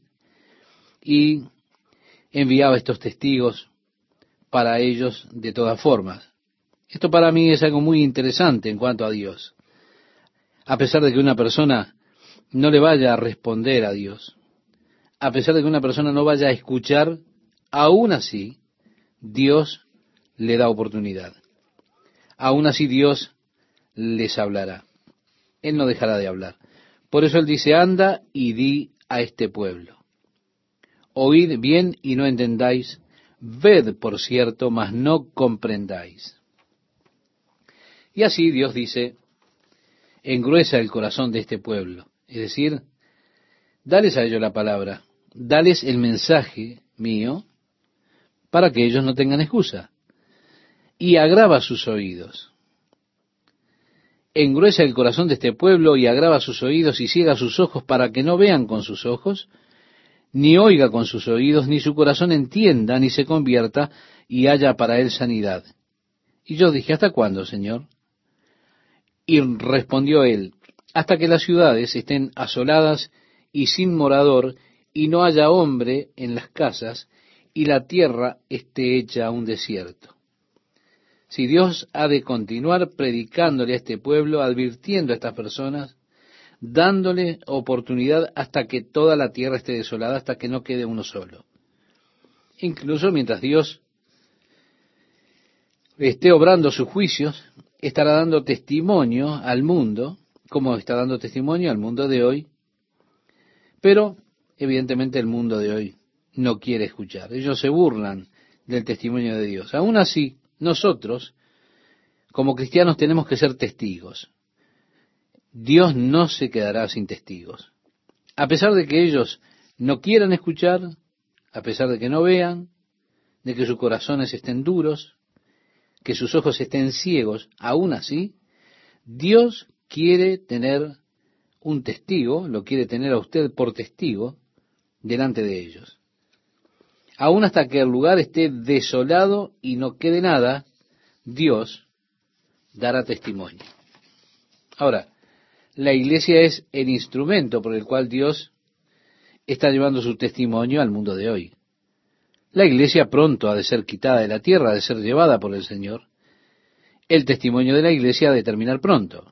y enviaba estos testigos para ellos de todas formas. Esto para mí es algo muy interesante en cuanto a Dios. A pesar de que una persona no le vaya a responder a Dios, a pesar de que una persona no vaya a escuchar, aún así Dios le da oportunidad. Aún así Dios les hablará. Él no dejará de hablar. Por eso Él dice, anda y di a este pueblo. Oíd bien y no entendáis, ved por cierto, mas no comprendáis. Y así Dios dice, engruesa el corazón de este pueblo. Es decir, dales a ellos la palabra, dales el mensaje mío, para que ellos no tengan excusa. Y agrava sus oídos. Engruesa el corazón de este pueblo y agrava sus oídos y ciega sus ojos para que no vean con sus ojos, ni oiga con sus oídos, ni su corazón entienda, ni se convierta y haya para él sanidad. Y yo dije, ¿hasta cuándo, Señor? Y respondió él, hasta que las ciudades estén asoladas y sin morador, y no haya hombre en las casas, y la tierra esté hecha un desierto. Si Dios ha de continuar predicándole a este pueblo, advirtiendo a estas personas, dándole oportunidad hasta que toda la tierra esté desolada, hasta que no quede uno solo. Incluso mientras Dios esté obrando sus juicios, estará dando testimonio al mundo, como está dando testimonio al mundo de hoy, pero evidentemente el mundo de hoy no quiere escuchar. Ellos se burlan del testimonio de Dios. Aún así, nosotros, como cristianos, tenemos que ser testigos. Dios no se quedará sin testigos. A pesar de que ellos no quieran escuchar, a pesar de que no vean, de que sus corazones estén duros, que sus ojos estén ciegos. Aún así, Dios quiere tener un testigo, lo quiere tener a usted por testigo delante de ellos. Aún hasta que el lugar esté desolado y no quede nada, Dios dará testimonio. Ahora, la iglesia es el instrumento por el cual Dios está llevando su testimonio al mundo de hoy. La iglesia pronto ha de ser quitada de la tierra, ha de ser llevada por el Señor. El testimonio de la iglesia ha de terminar pronto.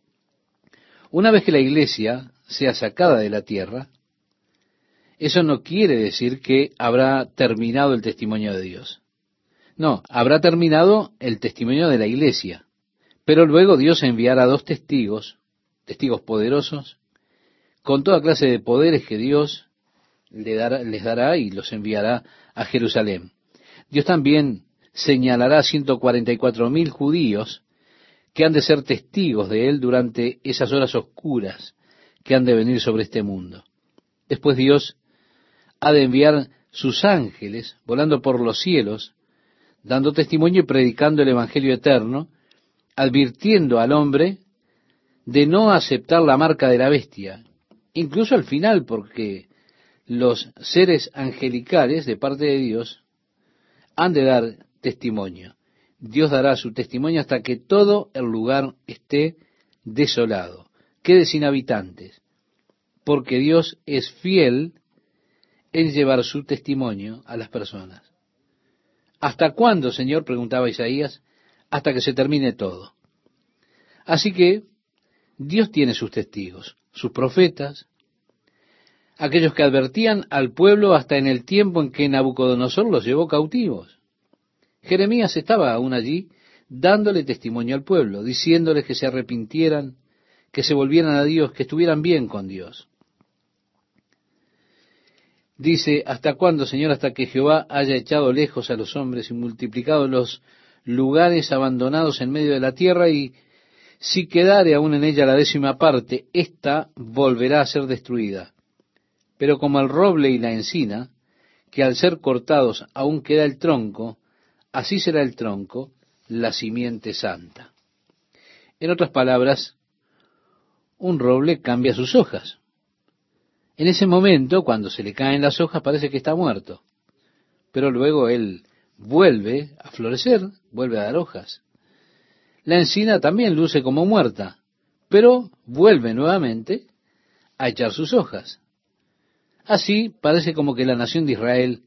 Una vez que la iglesia sea sacada de la tierra, eso no quiere decir que habrá terminado el testimonio de Dios. No, habrá terminado el testimonio de la iglesia. Pero luego Dios enviará dos testigos, testigos poderosos, con toda clase de poderes que Dios les dará, les dará y los enviará a Jerusalén. Dios también señalará a ciento cuarenta y cuatro mil judíos que han de ser testigos de Él durante esas horas oscuras que han de venir sobre este mundo. Después Dios ha de enviar sus ángeles volando por los cielos, dando testimonio y predicando el Evangelio eterno, advirtiendo al hombre de no aceptar la marca de la bestia, incluso al final, porque los seres angelicales de parte de Dios han de dar testimonio. Dios dará su testimonio hasta que todo el lugar esté desolado, quede sin habitantes, porque Dios es fiel en llevar su testimonio a las personas. ¿Hasta cuándo, Señor?, preguntaba Isaías. Hasta que se termine todo. Así que Dios tiene sus testigos, sus profetas, aquellos que advertían al pueblo hasta en el tiempo en que Nabucodonosor los llevó cautivos. Jeremías estaba aún allí dándole testimonio al pueblo, diciéndoles que se arrepintieran, que se volvieran a Dios, que estuvieran bien con Dios. Dice, ¿hasta cuándo, Señor? Hasta que Jehová haya echado lejos a los hombres y multiplicado los lugares abandonados en medio de la tierra, y si quedare aún en ella la décima parte, ésta volverá a ser destruida. Pero como el roble y la encina, que al ser cortados aún queda el tronco, así será el tronco, la simiente santa. En otras palabras, un roble cambia sus hojas. En ese momento, cuando se le caen las hojas, parece que está muerto. Pero luego él vuelve a florecer, vuelve a dar hojas. La encina también luce como muerta, pero vuelve nuevamente a echar sus hojas. Así parece como que la nación de Israel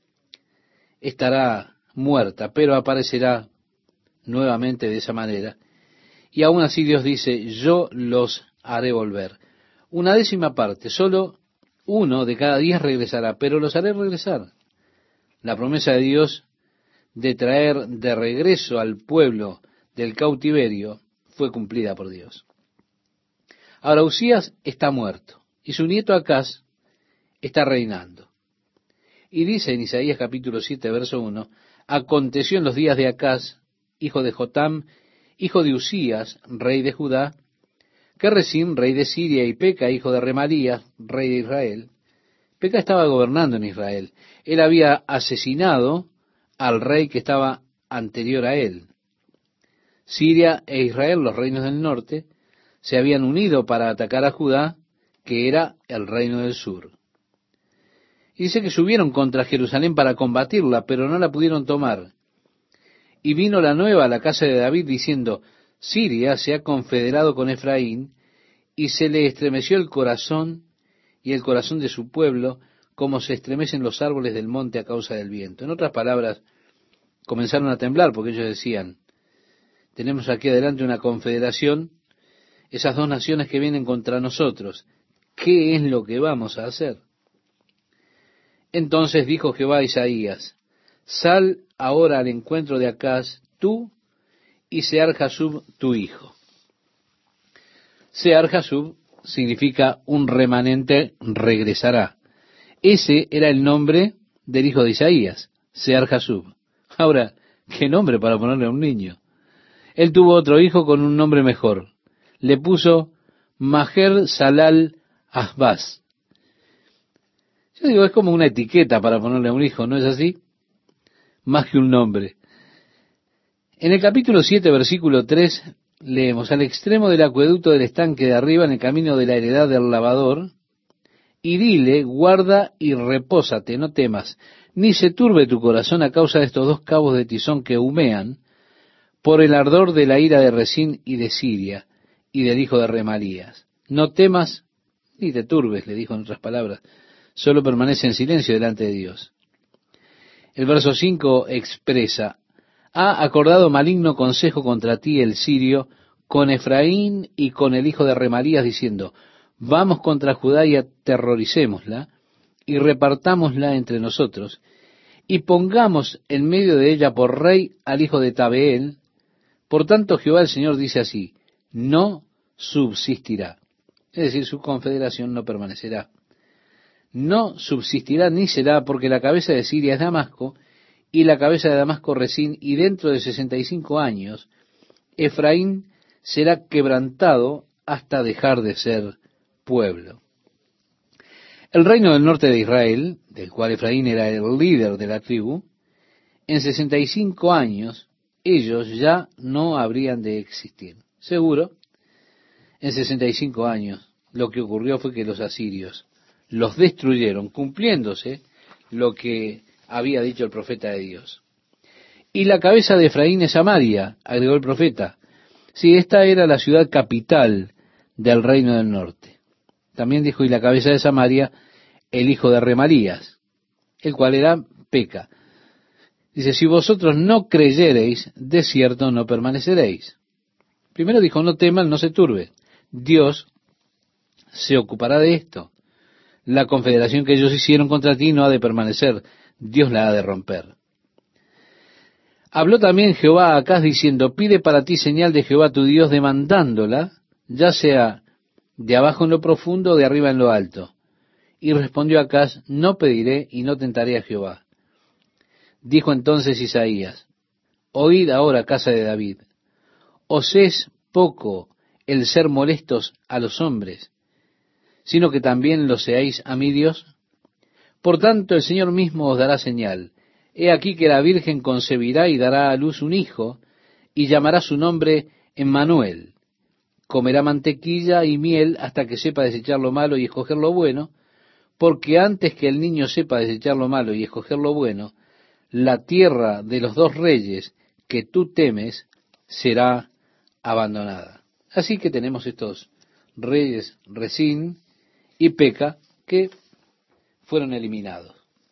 estará muerta, pero aparecerá nuevamente de esa manera. Y aún así Dios dice, yo los haré volver. Una décima parte, solo uno de cada diez regresará, pero los haré regresar. La promesa de Dios de traer de regreso al pueblo del cautiverio fue cumplida por Dios. Ahora Usías está muerto y su nieto Acaz está reinando. Y dice en Isaías capítulo siete, verso uno, aconteció en los días de Acaz, hijo de Jotam, hijo de Usías, rey de Judá, que Resín, rey de Siria, y Peca, hijo de Remalías, rey de Israel. Peca estaba gobernando en Israel. Él había asesinado al rey que estaba anterior a él. Siria e Israel, los reinos del norte, se habían unido para atacar a Judá, que era el reino del sur. Y dice que subieron contra Jerusalén para combatirla, pero no la pudieron tomar. Y vino la nueva a la casa de David diciendo, Siria se ha confederado con Efraín, y se le estremeció el corazón y el corazón de su pueblo, como se estremecen los árboles del monte a causa del viento. En otras palabras, comenzaron a temblar porque ellos decían, tenemos aquí adelante una confederación, esas dos naciones que vienen contra nosotros, ¿qué es lo que vamos a hacer? Entonces dijo Jehová a Isaías, sal ahora al encuentro de Acaz, tú y Sear-Jasub, tu hijo. Sear-Jasub significa un remanente regresará. Ese era el nombre del hijo de Isaías, Sear-Jasub. Ahora, ¿qué nombre para ponerle a un niño? Él tuvo otro hijo con un nombre mejor. Le puso Maher Salal Ahbaz. Yo digo, es como una etiqueta para ponerle a un hijo, ¿no es así? más que un nombre. En el capítulo siete, versículo tres, leemos: al extremo del acueducto del estanque de arriba, en el camino de la heredad del lavador, y dile, guarda y repósate, no temas, ni se turbe tu corazón a causa de estos dos cabos de tizón que humean, por el ardor de la ira de Resín y de Siria, y del hijo de Remalías. No temas, ni te turbes, le dijo en otras palabras, solo permanece en silencio delante de Dios. El verso cinco expresa: ha acordado maligno consejo contra ti el sirio, con Efraín y con el hijo de Remalías, diciendo: vamos contra Judá y aterroricémosla, y repartámosla entre nosotros, y pongamos en medio de ella por rey al hijo de Tabeel. Por tanto, Jehová el Señor dice así: no subsistirá. Es decir, su confederación no permanecerá. No subsistirá ni será, porque la cabeza de Siria es Damasco, y la cabeza de Damasco Resín, y dentro de sesenta y cinco años Efraín será quebrantado hasta dejar de ser pueblo. El reino del norte de Israel, del cual Efraín era el líder de la tribu, en sesenta y cinco años ellos ya no habrían de existir. Seguro, en sesenta y cinco años lo que ocurrió fue que los asirios los destruyeron, cumpliéndose lo que había dicho el profeta de Dios. Y la cabeza de Efraín es Samaria, agregó el profeta. Sí, esta era la ciudad capital del reino del norte. También dijo: y la cabeza de Samaria, el hijo de Remalías, el cual era Peca. Dice: si vosotros no creyereis, de cierto no permaneceréis. Primero dijo: no teman, no se turbe. Dios se ocupará de esto. La confederación que ellos hicieron contra ti no ha de permanecer, Dios la ha de romper. Habló también Jehová a Acaz diciendo: pide para ti señal de Jehová tu Dios, demandándola, ya sea de abajo en lo profundo o de arriba en lo alto. Y respondió Acaz: no pediré y no tentaré a Jehová. Dijo entonces Isaías: oíd ahora, casa de David, ¿os es poco el ser molestos a los hombres, sino que también lo seáis a mi Dios? Por tanto, el Señor mismo os dará señal. He aquí que la Virgen concebirá y dará a luz un hijo, y llamará su nombre Emmanuel. Comerá mantequilla y miel hasta que sepa desechar lo malo y escoger lo bueno, porque antes que el niño sepa desechar lo malo y escoger lo bueno, la tierra de los dos reyes que tú temes será abandonada. Así que tenemos estos reyes, Resín y Peca, que fueron eliminados.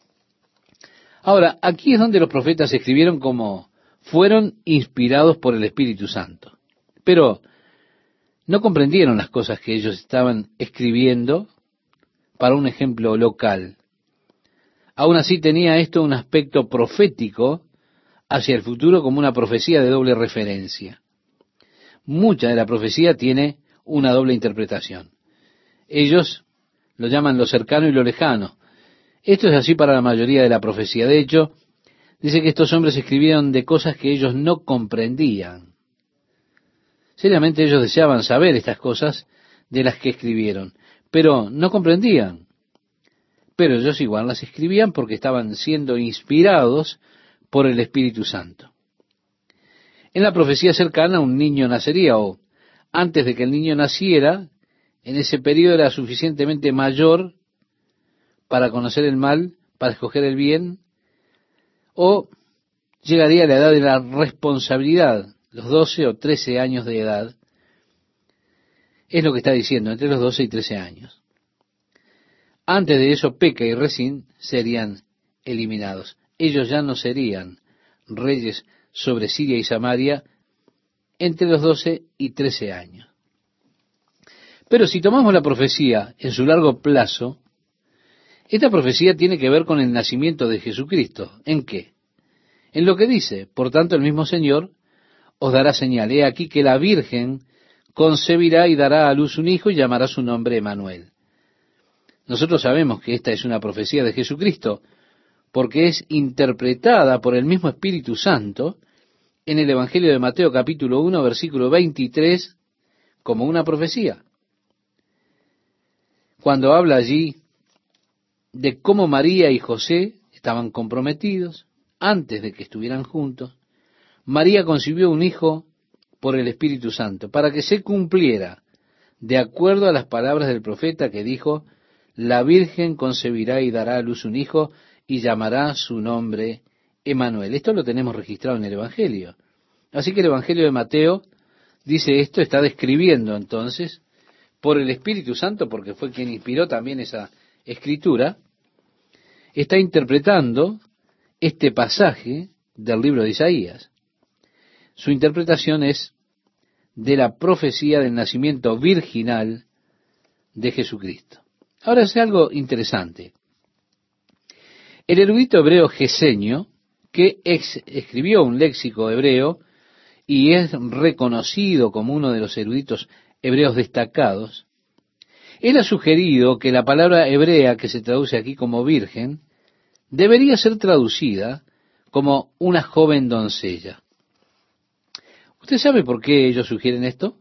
Ahora, aquí es donde los profetas escribieron como fueron inspirados por el Espíritu Santo. Pero no comprendieron las cosas que ellos estaban escribiendo para un ejemplo local. Aún así tenía esto un aspecto profético hacia el futuro, como una profecía de doble referencia. Mucha de la profecía tiene una doble interpretación. Ellos lo llaman lo cercano y lo lejano. Esto es así para la mayoría de la profecía. De hecho, dice que estos hombres escribieron de cosas que ellos no comprendían. Seriamente ellos deseaban saber estas cosas de las que escribieron, pero no comprendían. Pero ellos igual las escribían porque estaban siendo inspirados por el Espíritu Santo. En la profecía cercana un niño nacería, o antes de que el niño naciera, en ese periodo era suficientemente mayor para conocer el mal, para escoger el bien, o llegaría a la edad de la responsabilidad, los doce o trece años de edad. Es lo que está diciendo, entre los doce y trece años. Antes de eso, Peca y Resín serían eliminados. Ellos ya no serían reyes sobre Siria y Samaria entre los doce y trece años. Pero si tomamos la profecía en su largo plazo, esta profecía tiene que ver con el nacimiento de Jesucristo. ¿En qué? En lo que dice: por tanto el mismo Señor os dará señal. He aquí que la Virgen concebirá y dará a luz un hijo y llamará su nombre Emmanuel. Nosotros sabemos que esta es una profecía de Jesucristo, porque es interpretada por el mismo Espíritu Santo en el Evangelio de Mateo capítulo uno, versículo veintitrés, como una profecía. Cuando habla allí de cómo María y José estaban comprometidos antes de que estuvieran juntos, María concibió un hijo por el Espíritu Santo, para que se cumpliera, de acuerdo a las palabras del profeta que dijo, la Virgen concebirá y dará a luz un hijo y llamará su nombre Emmanuel. Esto lo tenemos registrado en el Evangelio. Así que el Evangelio de Mateo dice esto, está describiendo entonces, por el Espíritu Santo, porque fue quien inspiró también esa escritura, está interpretando este pasaje del libro de Isaías. Su interpretación es de la profecía del nacimiento virginal de Jesucristo. Ahora es algo interesante. El erudito hebreo Gesenio, que ex escribió un léxico hebreo y es reconocido como uno de los eruditos hebreos destacados, él ha sugerido que la palabra hebrea que se traduce aquí como virgen debería ser traducida como una joven doncella. ¿Usted sabe por qué ellos sugieren esto?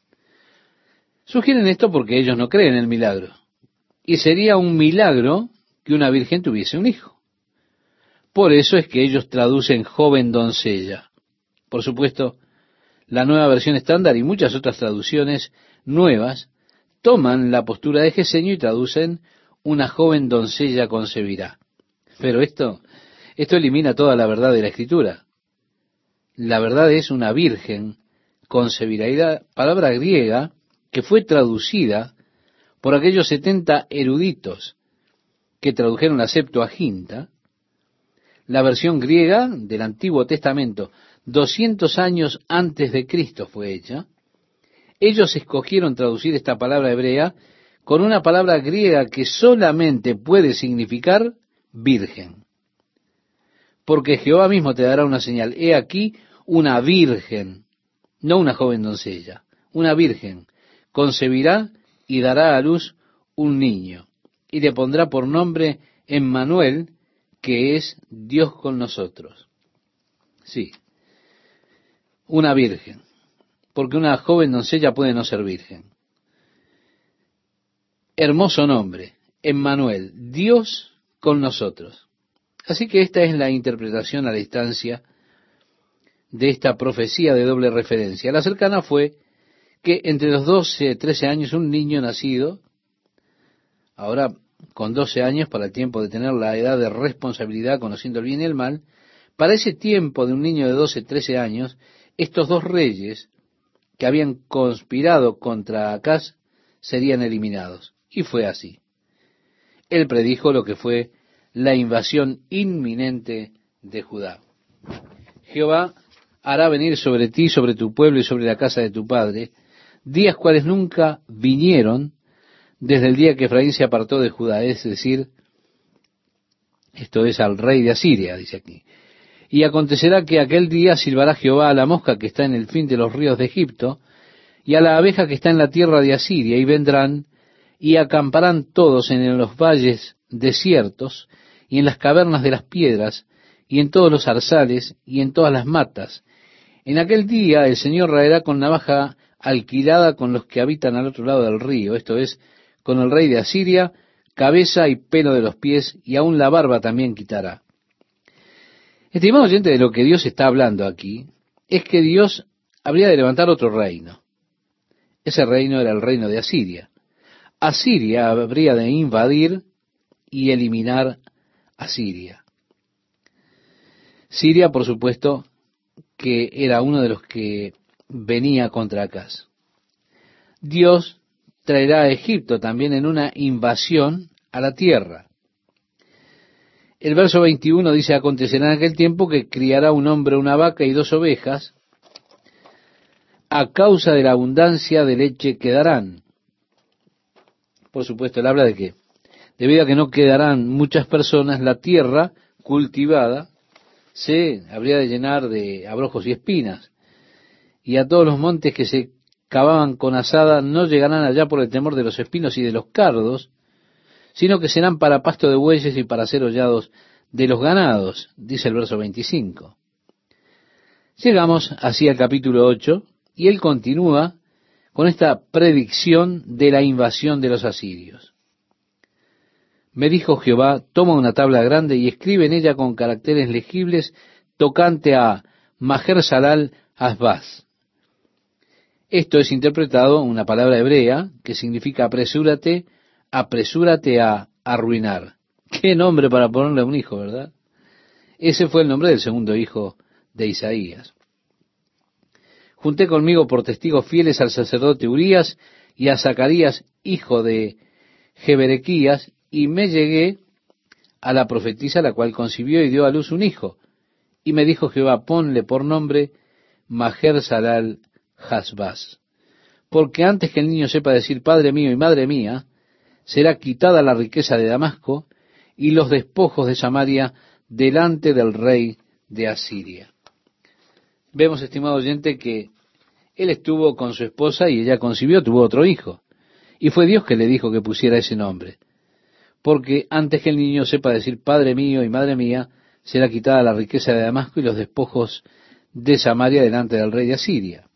Sugieren esto porque ellos no creen en el milagro. Y sería un milagro que una virgen tuviese un hijo. Por eso es que ellos traducen joven doncella. Por supuesto, la nueva versión estándar y muchas otras traducciones nuevas toman la postura de Gesenio y traducen una joven doncella concebirá. Pero esto, esto elimina toda la verdad de la Escritura. La verdad es una virgen concebirá. Y la palabra griega que fue traducida por aquellos setenta eruditos que tradujeron la Septuaginta, la versión griega del Antiguo Testamento, doscientos años antes de Cristo fue hecha. Ellos escogieron traducir esta palabra hebrea con una palabra griega que solamente puede significar virgen. Porque Jehová mismo te dará una señal. He aquí una virgen, no una joven doncella, una virgen, concebirá y dará a luz un niño, y le pondrá por nombre Emmanuel, que es Dios con nosotros. Sí, una virgen, porque una joven doncella puede no ser virgen. Hermoso nombre, Emmanuel, Dios con nosotros. Así que esta es la interpretación a la distancia de esta profecía de doble referencia. La cercana fue que entre los doce y trece años un niño nacido, ahora con doce años para el tiempo de tener la edad de responsabilidad conociendo el bien y el mal, para ese tiempo de un niño de doce, trece años, estos dos reyes que habían conspirado contra Acaz serían eliminados. Y fue así. Él predijo lo que fue la invasión inminente de Judá. Jehová hará venir sobre ti, sobre tu pueblo y sobre la casa de tu padre, días cuales nunca vinieron desde el día que Efraín se apartó de Judá, es decir, esto es al rey de Asiria, dice aquí. Y acontecerá que aquel día silbará Jehová a la mosca que está en el fin de los ríos de Egipto, y a la abeja que está en la tierra de Asiria, y vendrán y acamparán todos en los valles desiertos, y en las cavernas de las piedras, y en todos los zarzales, y en todas las matas. En aquel día el Señor raerá con navaja alquilada con los que habitan al otro lado del río, esto es, con el rey de Asiria, cabeza y pelo de los pies, y aun la barba también quitará. Estimado oyente, de lo que Dios está hablando aquí, es que Dios habría de levantar otro reino. Ese reino era el reino de Asiria. Asiria habría de invadir y eliminar a Siria. Siria, por supuesto, que era uno de los que venía contra Acaz. Dios traerá a Egipto también en una invasión a la tierra. El verso veintiuno dice, acontecerá en aquel tiempo que criará un hombre una vaca y dos ovejas, a causa de la abundancia de leche que darán. Por supuesto, él habla de que, debido a que no quedarán muchas personas, la tierra cultivada se habría de llenar de abrojos y espinas, y a todos los montes que se cavaban con azada no llegarán allá por el temor de los espinos y de los cardos, sino que serán para pasto de bueyes y para ser hollados de los ganados, dice el verso veinticinco. Llegamos así al capítulo ocho, y él continúa con esta predicción de la invasión de los asirios. Me dijo Jehová, toma una tabla grande y escribe en ella con caracteres legibles tocante a Maher-Salal Hasbaz. Esto es interpretado una palabra hebrea que significa apresúrate, apresúrate a arruinar. Qué nombre para ponerle a un hijo, ¿verdad? Ese fue el nombre del segundo hijo de Isaías. Junté conmigo por testigos fieles al sacerdote Urías y a Zacarías, hijo de Jeberequías, y me llegué a la profetisa, la cual concibió y dio a luz un hijo. Y me dijo Jehová, ponle por nombre Maher-Salal Hasbaz, porque antes que el niño sepa decir Padre mío y Madre mía, será quitada la riqueza de Damasco y los despojos de Samaria delante del rey de Asiria. Vemos, estimado oyente, que él estuvo con su esposa y ella concibió, tuvo otro hijo. Y fue Dios que le dijo que pusiera ese nombre. Porque antes que el niño sepa decir Padre mío y Madre mía, será quitada la riqueza de Damasco y los despojos de Samaria delante del rey de Asiria.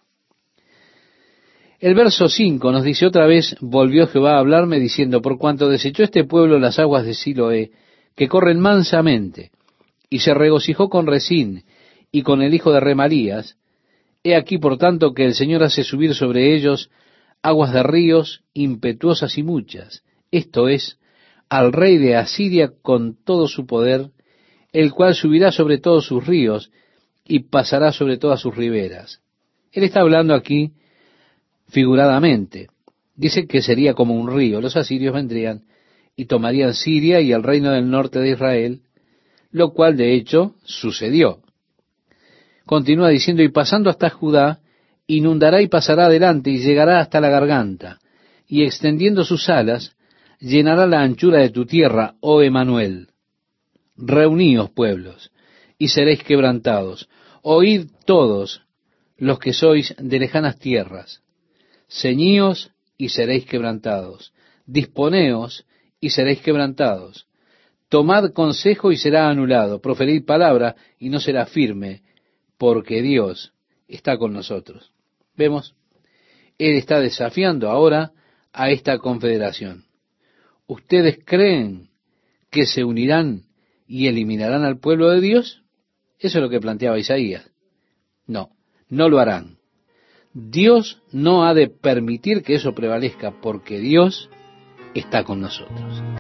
El verso cinco nos dice otra vez, volvió Jehová a hablarme diciendo, por cuanto desechó este pueblo las aguas de Siloé, que corren mansamente, y se regocijó con Resín y con el hijo de Remalías, he aquí por tanto que el Señor hace subir sobre ellos aguas de ríos impetuosas y muchas, esto es, al rey de Asiria con todo su poder, el cual subirá sobre todos sus ríos y pasará sobre todas sus riberas. Él está hablando aquí figuradamente. Dice que sería como un río. Los asirios vendrían y tomarían Siria y el reino del norte de Israel, lo cual de hecho sucedió. Continúa diciendo, y pasando hasta Judá, inundará y pasará adelante y llegará hasta la garganta, y extendiendo sus alas, llenará la anchura de tu tierra, oh Emanuel. Reuníos, pueblos, y seréis quebrantados. Oíd todos los que sois de lejanas tierras. Ceñíos y seréis quebrantados. Disponeos y seréis quebrantados. Tomad consejo y será anulado. Proferid palabra y no será firme, porque Dios está con nosotros. ¿Vemos? Él está desafiando ahora a esta confederación. ¿Ustedes creen que se unirán y eliminarán al pueblo de Dios? Eso es lo que planteaba Isaías. No, no lo harán. Dios no ha de permitir que eso prevalezca, porque Dios está con nosotros.